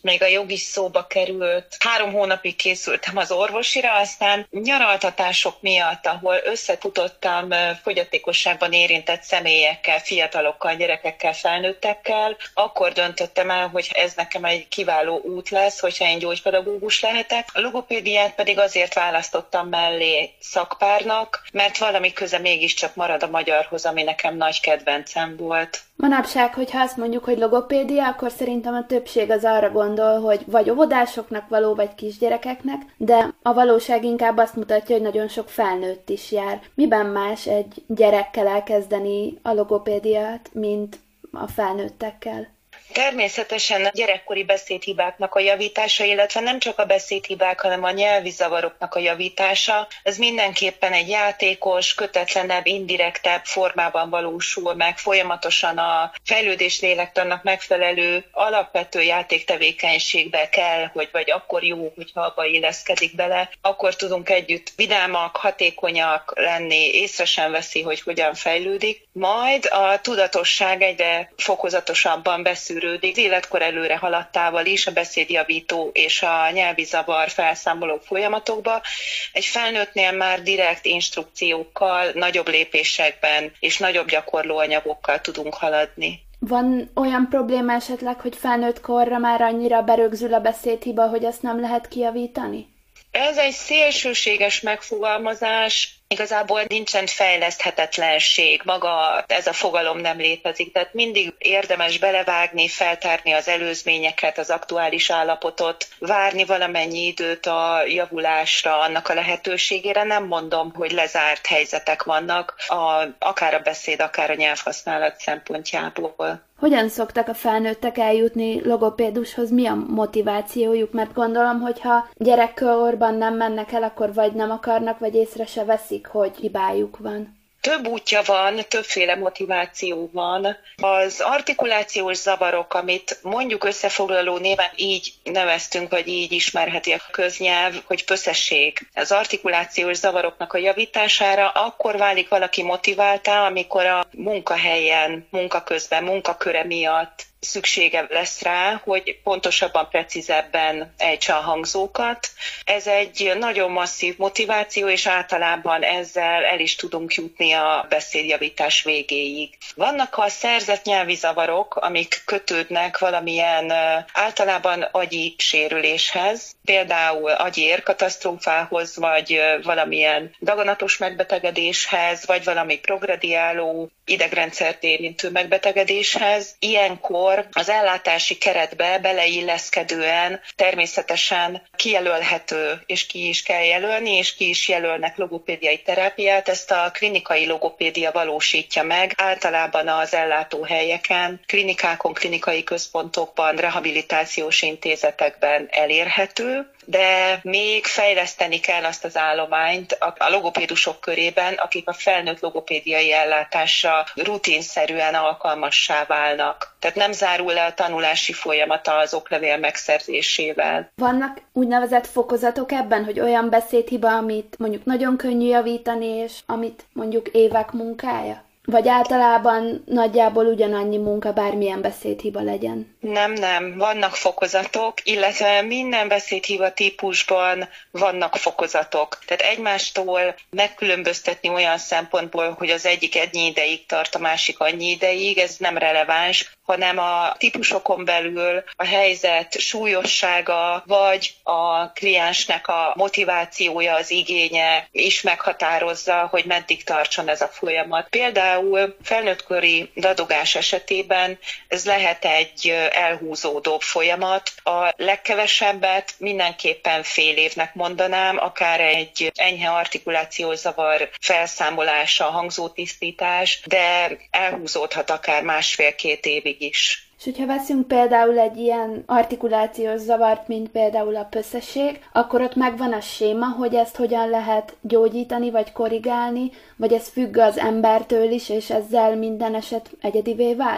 még a jog is szóba került. 3 hónapig készültem az orvosira, aztán nyaraltatások miatt, ahol összefutottam fogyatékosságban érintett személyekkel, fiatalokkal, gyerekekkel, felnőttekkel, akkor döntöttem el, hogy ez nekem egy kiváló út lesz, hogyha én gyógypedagógus lehetek. A logopédiát pedig azért választottam mellé szakpárnak, mert valami köze mégiscsak marad a magyarhoz, ami nekem nagy kedvencem volt. Manapság, hogyha azt mondjuk, hogy logopédia, akkor szerintem a többség az arra gondol, hogy vagy óvodásoknak való, vagy kisgyerekeknek, de a valóság inkább azt mutatja, hogy nagyon sok felnőtt is jár. Miben más egy gyerekkel elkezdeni a logopédiát, mint a felnőttekkel? Természetesen a gyerekkori beszédhibáknak a javítása, illetve nem csak a beszédhibák, hanem a nyelvi zavaroknak a javítása, ez mindenképpen egy játékos, kötetlenebb, indirektebb formában valósul meg, folyamatosan a fejlődés lélektannak megfelelő alapvető játéktevékenységbe kell, vagy akkor jó, hogyha abba illeszkedik bele, akkor tudunk együtt vidámak, hatékonyak lenni, észre sem veszi, hogy hogyan fejlődik. Majd a tudatosság egyre fokozatosabban beszűrődik, életkor előre haladtával is a beszédjavító és a nyelvi zavar felszámoló folyamatokba. Egy felnőttnél már direkt instrukciókkal, nagyobb lépésekben és nagyobb gyakorlóanyagokkal tudunk haladni. Van olyan probléma esetleg, hogy felnőtt korra már annyira berögzül a beszédhiba, hogy azt nem lehet kijavítani? Ez egy szélsőséges megfogalmazás, igazából nincsen fejleszthetetlenség, maga ez a fogalom nem létezik, tehát mindig érdemes belevágni, feltárni az előzményeket, az aktuális állapotot, várni valamennyi időt a javulásra, annak a lehetőségére. Nem mondom, hogy lezárt helyzetek vannak, akár a beszéd, akár a nyelvhasználat szempontjából. Hogyan szoktak a felnőttek eljutni logopédushoz? Mi a motivációjuk? Mert gondolom, hogyha gyerekkorban nem mennek el, akkor vagy nem akarnak, vagy észre se veszik, hogy hibájuk van. Több útja van, többféle motiváció van. Az artikulációs zavarok, amit mondjuk összefoglaló néven így neveztünk, vagy így ismerheti a köznyelv, hogy pösszesség. Az artikulációs zavaroknak a javítására akkor válik valaki motiváltá, amikor a munkahelyen, munkaközben, munkaköre miatt szüksége lesz rá, hogy pontosabban, precízebben ejtse a hangzókat. Ez egy nagyon masszív motiváció, és általában ezzel el is tudunk jutni a beszédjavítás végéig. Vannak a szerzett nyelvi zavarok, amik kötődnek valamilyen általában agyi sérüléshez, például agyi érkatasztrófához, vagy valamilyen daganatos megbetegedéshez, vagy valami progrediáló idegrendszert érintő megbetegedéshez. Ilyenkor az ellátási keretbe beleilleszkedően természetesen kijelölhető, és ki is kell jelölni, és ki is jelölnek logopédiai terápiát. Ezt a klinikai logopédia valósítja meg, általában az ellátóhelyeken, klinikákon, klinikai központokban, rehabilitációs intézetekben elérhető, de még fejleszteni kell azt az állományt a logopédusok körében, akik a felnőtt logopédiai ellátásra rutinszerűen alkalmassá válnak. Tehát nem zárul le a tanulási folyamata az oklevél megszerzésével. Vannak úgynevezett fokozatok ebben, hogy olyan beszédhiba, amit mondjuk nagyon könnyű javítani, és amit mondjuk évek munkája? Vagy általában nagyjából ugyanannyi munka, bármilyen beszédhiba legyen? Nem. Vannak fokozatok, illetve minden beszédhiba típusban vannak fokozatok. Tehát egymástól megkülönböztetni olyan szempontból, hogy az egyik ennyi ideig tart, a másik annyi ideig, ez nem releváns, hanem a típusokon belül a helyzet súlyossága, vagy a kliensnek a motivációja, az igénye is meghatározza, hogy meddig tartson ez a folyamat. Például felnőttkori dadogás esetében ez lehet egy elhúzódó folyamat. A legkevesebbet mindenképpen fél évnek mondanám, akár egy enyhe artikulációs zavar felszámolása, hangzótisztítás, de elhúzódhat akár 1,5-2 évig is. És hogyha veszünk például egy ilyen artikulációs zavart, mint például a pösszesség, akkor ott megvan a séma, hogy ezt hogyan lehet gyógyítani vagy korrigálni, vagy ez függ az embertől is, és ezzel minden eset egyedivé válik?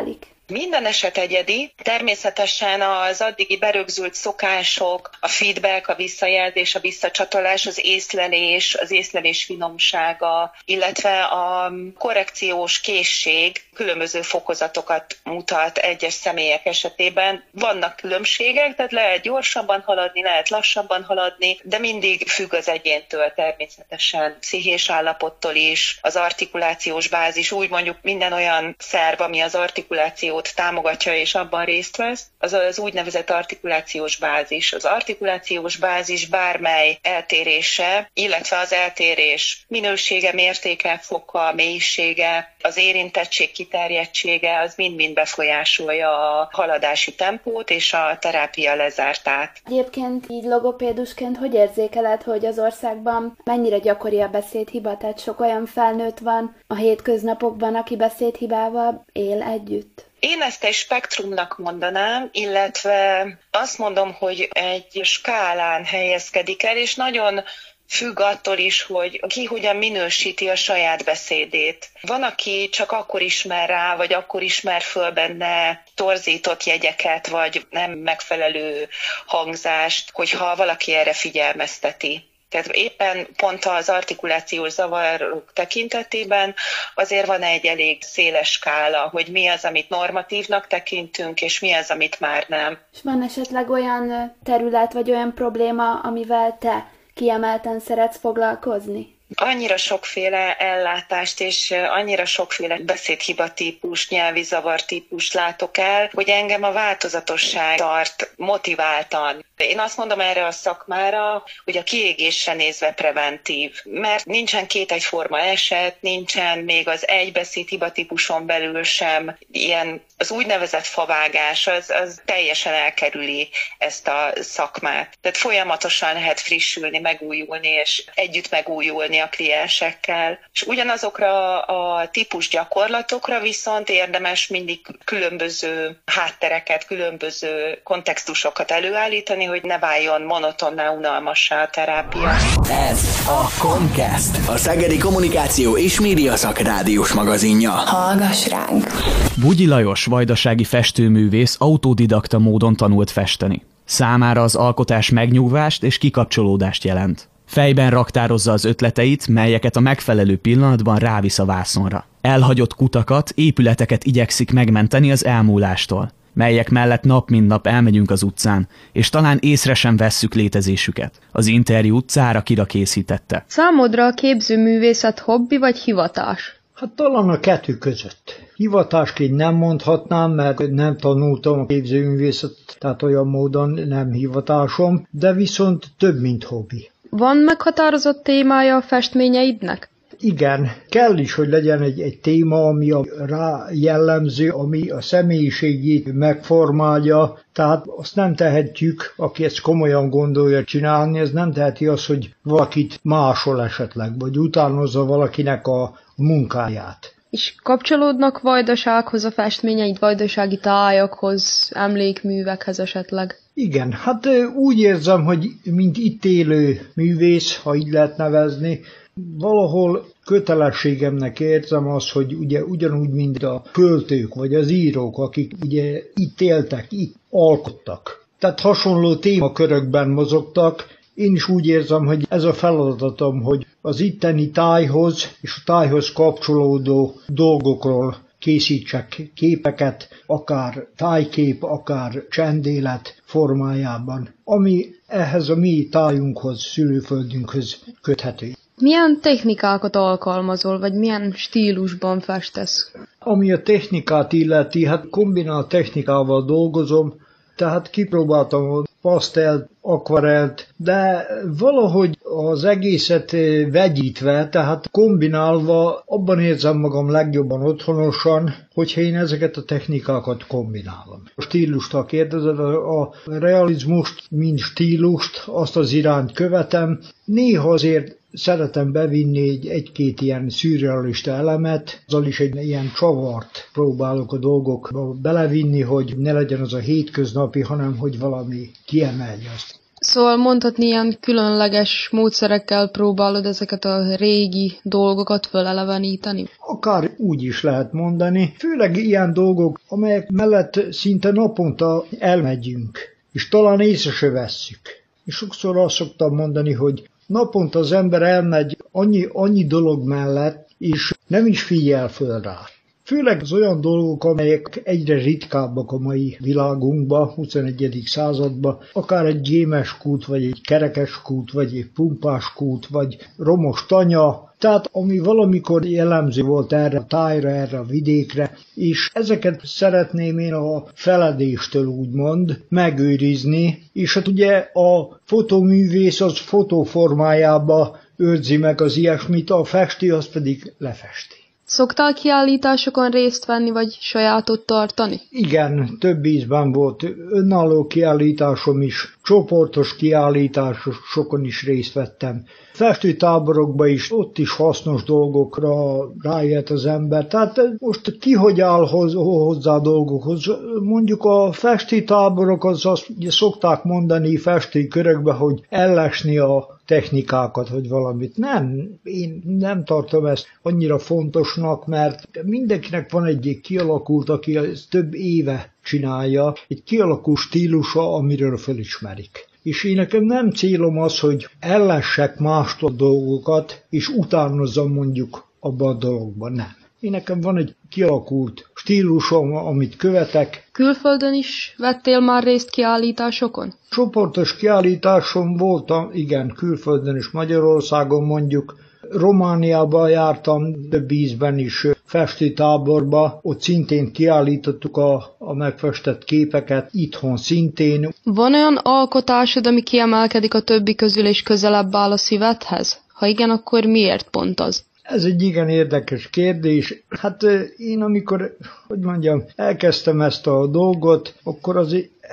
Minden eset egyedi, természetesen az addigi berögzült szokások, a feedback, a visszajelzés, a visszacsatolás, az észlelés finomsága, illetve a korrekciós készség különböző fokozatokat mutat egyes személyek esetében. Vannak különbségek, tehát lehet gyorsabban haladni, lehet lassabban haladni, de mindig függ az egyéntől természetesen, pszichés állapottól is, az artikulációs bázis, úgy mondjuk minden olyan szerv, ami az artikulációt támogatja és abban részt vesz, az az úgynevezett artikulációs bázis. Az artikulációs bázis bármely eltérése, illetve az eltérés minősége, mértéke, foka, mélysége, az érintettség kiterjedtsége, az mind-mind befolyásolja a haladási tempót és a terápia lezártát. Egyébként így logopédusként hogy érzékeled, hogy az országban mennyire gyakori a beszédhiba? Tehát sok olyan felnőtt van a hétköznapokban, aki beszédhibával él együtt? Én ezt egy spektrumnak mondanám, illetve azt mondom, hogy egy skálán helyezkedik el, és nagyon függ attól is, hogy ki hogyan minősíti a saját beszédét. Van, aki csak akkor ismer rá, vagy akkor ismer föl benne torzított jegyeket, vagy nem megfelelő hangzást, hogyha valaki erre figyelmezteti. Tehát éppen pont az artikulációs zavarok tekintetében azért van egy elég széles skála, hogy mi az, amit normatívnak tekintünk, és mi az, amit már nem. És van esetleg olyan terület, vagy olyan probléma, amivel te kiemelten szeretsz foglalkozni? Annyira sokféle ellátást és annyira sokféle beszédhiba típus, nyelvi zavar típust látok el, hogy engem a változatosság tart motiváltan. Én azt mondom erre a szakmára, hogy a kiégésre nézve preventív, mert nincsen két egyforma eset, nincsen még az egy beszédhiba típuson belül sem ilyen az úgynevezett favágás, az teljesen elkerüli ezt a szakmát. Tehát folyamatosan lehet frissülni, megújulni és együtt megújulni a kliensekkel. És ugyanazokra a típus gyakorlatokra viszont érdemes mindig különböző háttereket, különböző kontextusokat előállítani, hogy ne váljon monotonná, unalmassá a terápia. Ez a Comcast, a Szegedi Kommunikáció és Média Szakrádiós magazinja. Hallgass ránk! Bugyi Lajos vajdasági festőművész autodidakta módon tanult festeni. Számára az alkotás megnyugvást és kikapcsolódást jelent. Fejben raktározza az ötleteit, melyeket a megfelelő pillanatban rávisz a vászonra. Elhagyott kutakat, épületeket igyekszik megmenteni az elmúlástól, melyek mellett nap mint nap elmegyünk az utcán, és talán észre sem vesszük létezésüket. Az interjút Cára Kira készítette. Számodra a képzőművészet hobbi vagy hivatás? Hát talán a kettő között. Hivatásként nem mondhatnám, mert nem tanultam a képzőművészet, tehát olyan módon nem hivatásom, de viszont több, mint hobbi. Van meghatározott témája a festményeidnek? Igen, kell is, hogy legyen egy téma, ami rá jellemző, ami a személyiségét megformálja, tehát azt nem tehetjük, aki ezt komolyan gondolja csinálni, ez nem teheti azt, hogy valakit másol esetleg, vagy utánozza valakinek a munkáját. És kapcsolódnak Vajdasághoz a festményeid, vajdasági tájakhoz, emlékművekhez esetleg? Igen, hát úgy érzem, hogy mint itt élő művész, ha így lehet nevezni, valahol kötelességemnek érzem azt, hogy ugye ugyanúgy, mint a költők vagy az írók, akik ugye itt éltek, itt alkottak. Tehát hasonló témakörökben mozogtak. Én is úgy érzem, hogy ez a feladatom, hogy az itteni tájhoz és a tájhoz kapcsolódó dolgokról készítsek képeket, akár tájkép, akár csendélet formájában, ami ehhez a mi tájunkhoz, szülőföldünkhöz köthető. Milyen technikákat alkalmazol, vagy milyen stílusban festesz? Ami a technikát illeti, hát kombinált technikával dolgozom, tehát kipróbáltam a pasztelt, akvarelt, de valahogy az egészet vegyítve, tehát kombinálva, abban érzem magam legjobban otthonosan, hogyha én ezeket a technikákat kombinálom. A stílust, ha kérdezed, a realizmust, mint stílust, azt az irányt követem. Néha azért szeretem bevinni egy-két ilyen szürrealista elemet, azzal is egy ilyen csavart próbálok a dolgokba belevinni, hogy ne legyen az a hétköznapi, hanem hogy valami kiemelje azt. Szóval mondhatni, ilyen különleges módszerekkel próbálod ezeket a régi dolgokat föleleveníteni? Akár úgy is lehet mondani. Főleg ilyen dolgok, amelyek mellett szinte naponta elmegyünk, és talán észre se vesszük. És sokszor azt szoktam mondani, hogy naponta az ember elmegy annyi dolog mellett, és nem is figyel föl rá. Főleg az olyan dolgok, amelyek egyre ritkábbak a mai világunkban, 21. században, akár egy gémes kút, vagy egy kerekes kút, vagy egy pumpás kút, vagy romos tanya, tehát ami valamikor jellemző volt erre a tájra, erre a vidékre, és ezeket szeretném én a feledéstől úgymond megőrizni, és hát ugye a fotóművész az fotóformájába őrzi meg az ilyesmit, a festő az pedig lefesti. Szoktál kiállításokon részt venni, vagy sajátot tartani? Igen, több ízben volt önálló kiállításom is, csoportos kiállításokon is részt vettem. Festőtáborokban is, ott is hasznos dolgokra rájött az ember. Tehát most ki hogy áll hozzá a dolgokhoz? Mondjuk a festőtáborok azt szokták mondani festői körökbe, hogy ellesni a technikákat, vagy valamit. Nem, én nem tartom ezt annyira fontosnak, mert mindenkinek van egy kialakult, aki ezt több éve csinálja, egy kialakult stílusa, amiről felismerik. És én nekem nem célom az, hogy ellessek mástól dolgokat, és utánozzam mondjuk abban a dologban. Nem. Én nekem van egy kialakult stílusom, amit követek. Külföldön is vettél már részt kiállításokon? Csoportos kiállításom voltam, igen, külföldön is, Magyarországon mondjuk. Romániában jártam több ízben is festőtáborba, ott szintén kiállítottuk a megfestett képeket, itthon szintén. Van olyan alkotásod, ami kiemelkedik a többi közül és közelebb áll a szívedhez? Ha igen, akkor miért pont az? Ez egy igen érdekes kérdés. Hát én amikor, elkezdtem ezt a dolgot, akkor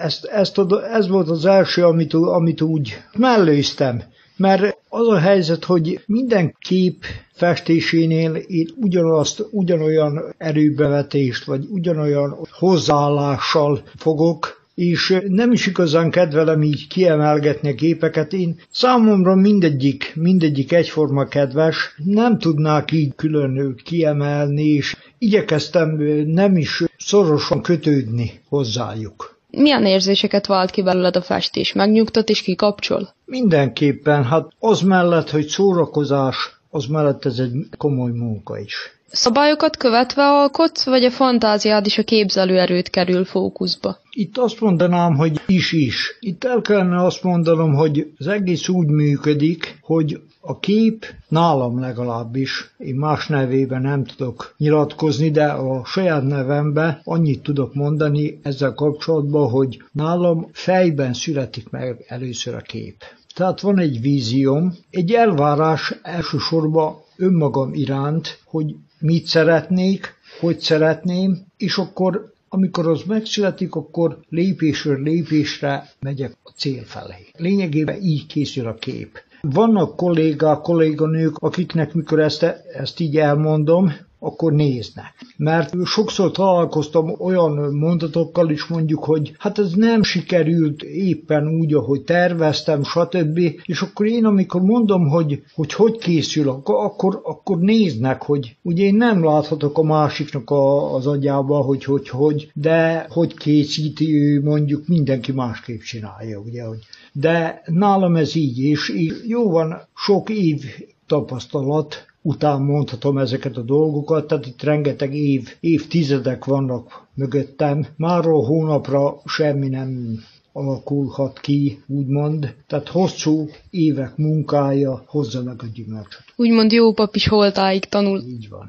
ez volt az első, amit úgy mellőztem. Mert az a helyzet, hogy minden kép festésénél én ugyanolyan erőbevetést, vagy ugyanolyan hozzáállással fogok, és nem is igazán kedvelem így kiemelgetni a képeket. Számomra mindegyik egyforma kedves, nem tudnák így külön kiemelni, és igyekeztem nem is szorosan kötődni hozzájuk. Milyen érzéseket vált ki belőled a festés? Megnyugtat és kikapcsol? Mindenképpen, hát az mellett, hogy szórakozás, az mellett ez egy komoly munka is. Szabályokat követve alkotsz, vagy a fantáziád is a képzelőerőt kerül fókuszba? Itt azt mondanám, hogy is. Itt el kellene azt mondanom, hogy az egész úgy működik, hogy a kép nálam legalábbis, én más nevében nem tudok nyilatkozni, de a saját nevemben annyit tudok mondani ezzel kapcsolatban, hogy nálam fejben születik meg először a kép. Tehát van egy vízióm, egy elvárás elsősorban önmagam iránt, hogy mit szeretnék, hogy szeretném, és akkor, amikor az megszületik, akkor lépésről lépésre megyek a cél felé. Lényegében így készül a kép. Vannak kolléganők, akiknek mikor ezt így elmondom, akkor néznek. Mert sokszor találkoztam olyan mondatokkal is mondjuk, hogy hát ez nem sikerült éppen úgy, ahogy terveztem, stb. És akkor én, amikor mondom, hogy készül, akkor néznek, hogy ugye én nem láthatok a másiknak az agyába, hogy, de hogy készíti ő, mondjuk mindenki másképp csinálja, ugye, de nálam ez így, és jó van, sok év tapasztalat után mondhatom ezeket a dolgokat, tehát itt rengeteg évtizedek vannak mögöttem. Márról hónapra semmi nem alakulhat ki, úgymond, tehát hosszú évek munkája hozza meg a gyümölcsöt. Úgymond jó pap is holtáig tanul. Így van.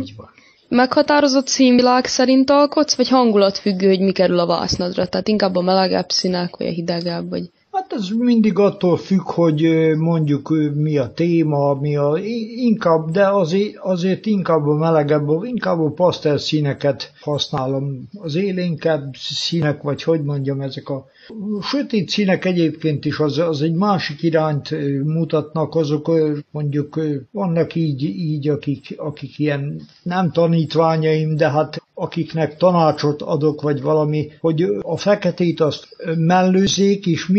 Meghatározott színvilág szerint alkotsz, vagy hangulatfüggő, hogy mi kerül a vásznadra? Tehát inkább a melegebb színek, vagy a hidegebb, vagy... Hát ez mindig attól függ, hogy mondjuk mi a téma, inkább, de azért inkább a melegebb, inkább a pasztel színeket használom. Az élénkebb színek, vagy hogy mondjam, ezek a sötét színek egyébként is az egy másik irányt mutatnak, azok mondjuk vannak így akik ilyen nem tanítványaim, de hát akiknek tanácsot adok, vagy valami, hogy a feketét azt mellőzzék, és minél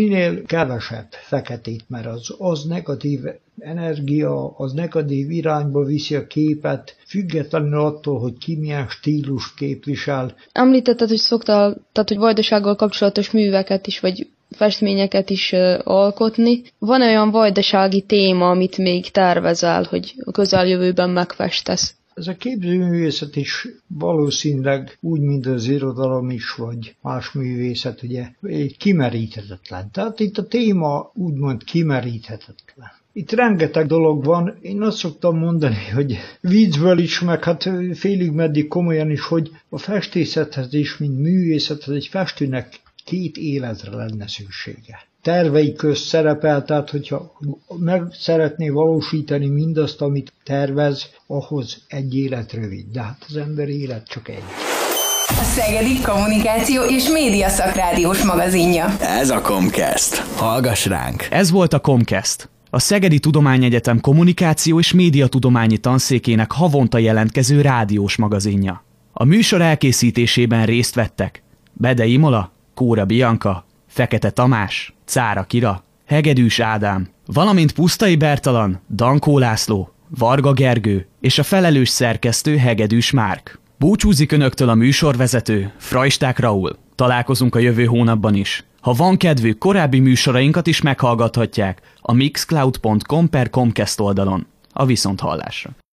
kevesebb feketét, mert az negatív energia, az negatív irányba viszi a képet, függetlenül attól, hogy ki milyen stílust képvisel. Említetted, hogy szoktál, tehát hogy vajdasággal kapcsolatos műveket is, vagy festményeket is alkotni. Van olyan vajdasági téma, amit még tervezel, hogy a közeljövőben megfestesz? Ez a képzőművészet is valószínűleg úgy, mint az irodalom is, vagy más művészet, ugye kimeríthetetlen. Tehát itt a téma úgymond kimeríthetetlen. Itt rengeteg dolog van. Én azt szoktam mondani, hogy viccből is, meg hát félig meddig komolyan is, hogy a festészethez is, mint művészethez egy festőnek 2 életre lenne szüksége. Tervei közt szerepel, tehát hogyha meg szeretné valósítani mindazt, amit tervez, ahhoz egy élet rövid. De hát az ember élet csak egy. A Szegedi Kommunikáció és Média Szakrádiós magazinja. Ez a Comcast. Hallgass ránk! Ez volt a Comcast, a Szegedi Tudományegyetem Kommunikáció és Médiatudományi Tanszékének havonta jelentkező rádiós magazinja. A műsor elkészítésében részt vettek Bede Imola, Kóra Bianka, Fekete Tamás, Cára Kira, Hegedűs Ádám, valamint Pusztai Bertalan, Dankó László, Varga Gergő és a felelős szerkesztő Hegedűs Márk. Búcsúzik önöktől a műsorvezető, Frajsták Raúl. Találkozunk a jövő hónapban is. Ha van kedvük, korábbi műsorainkat is meghallgathatják a mixcloud.com/Comcast oldalon. A viszonthallásra.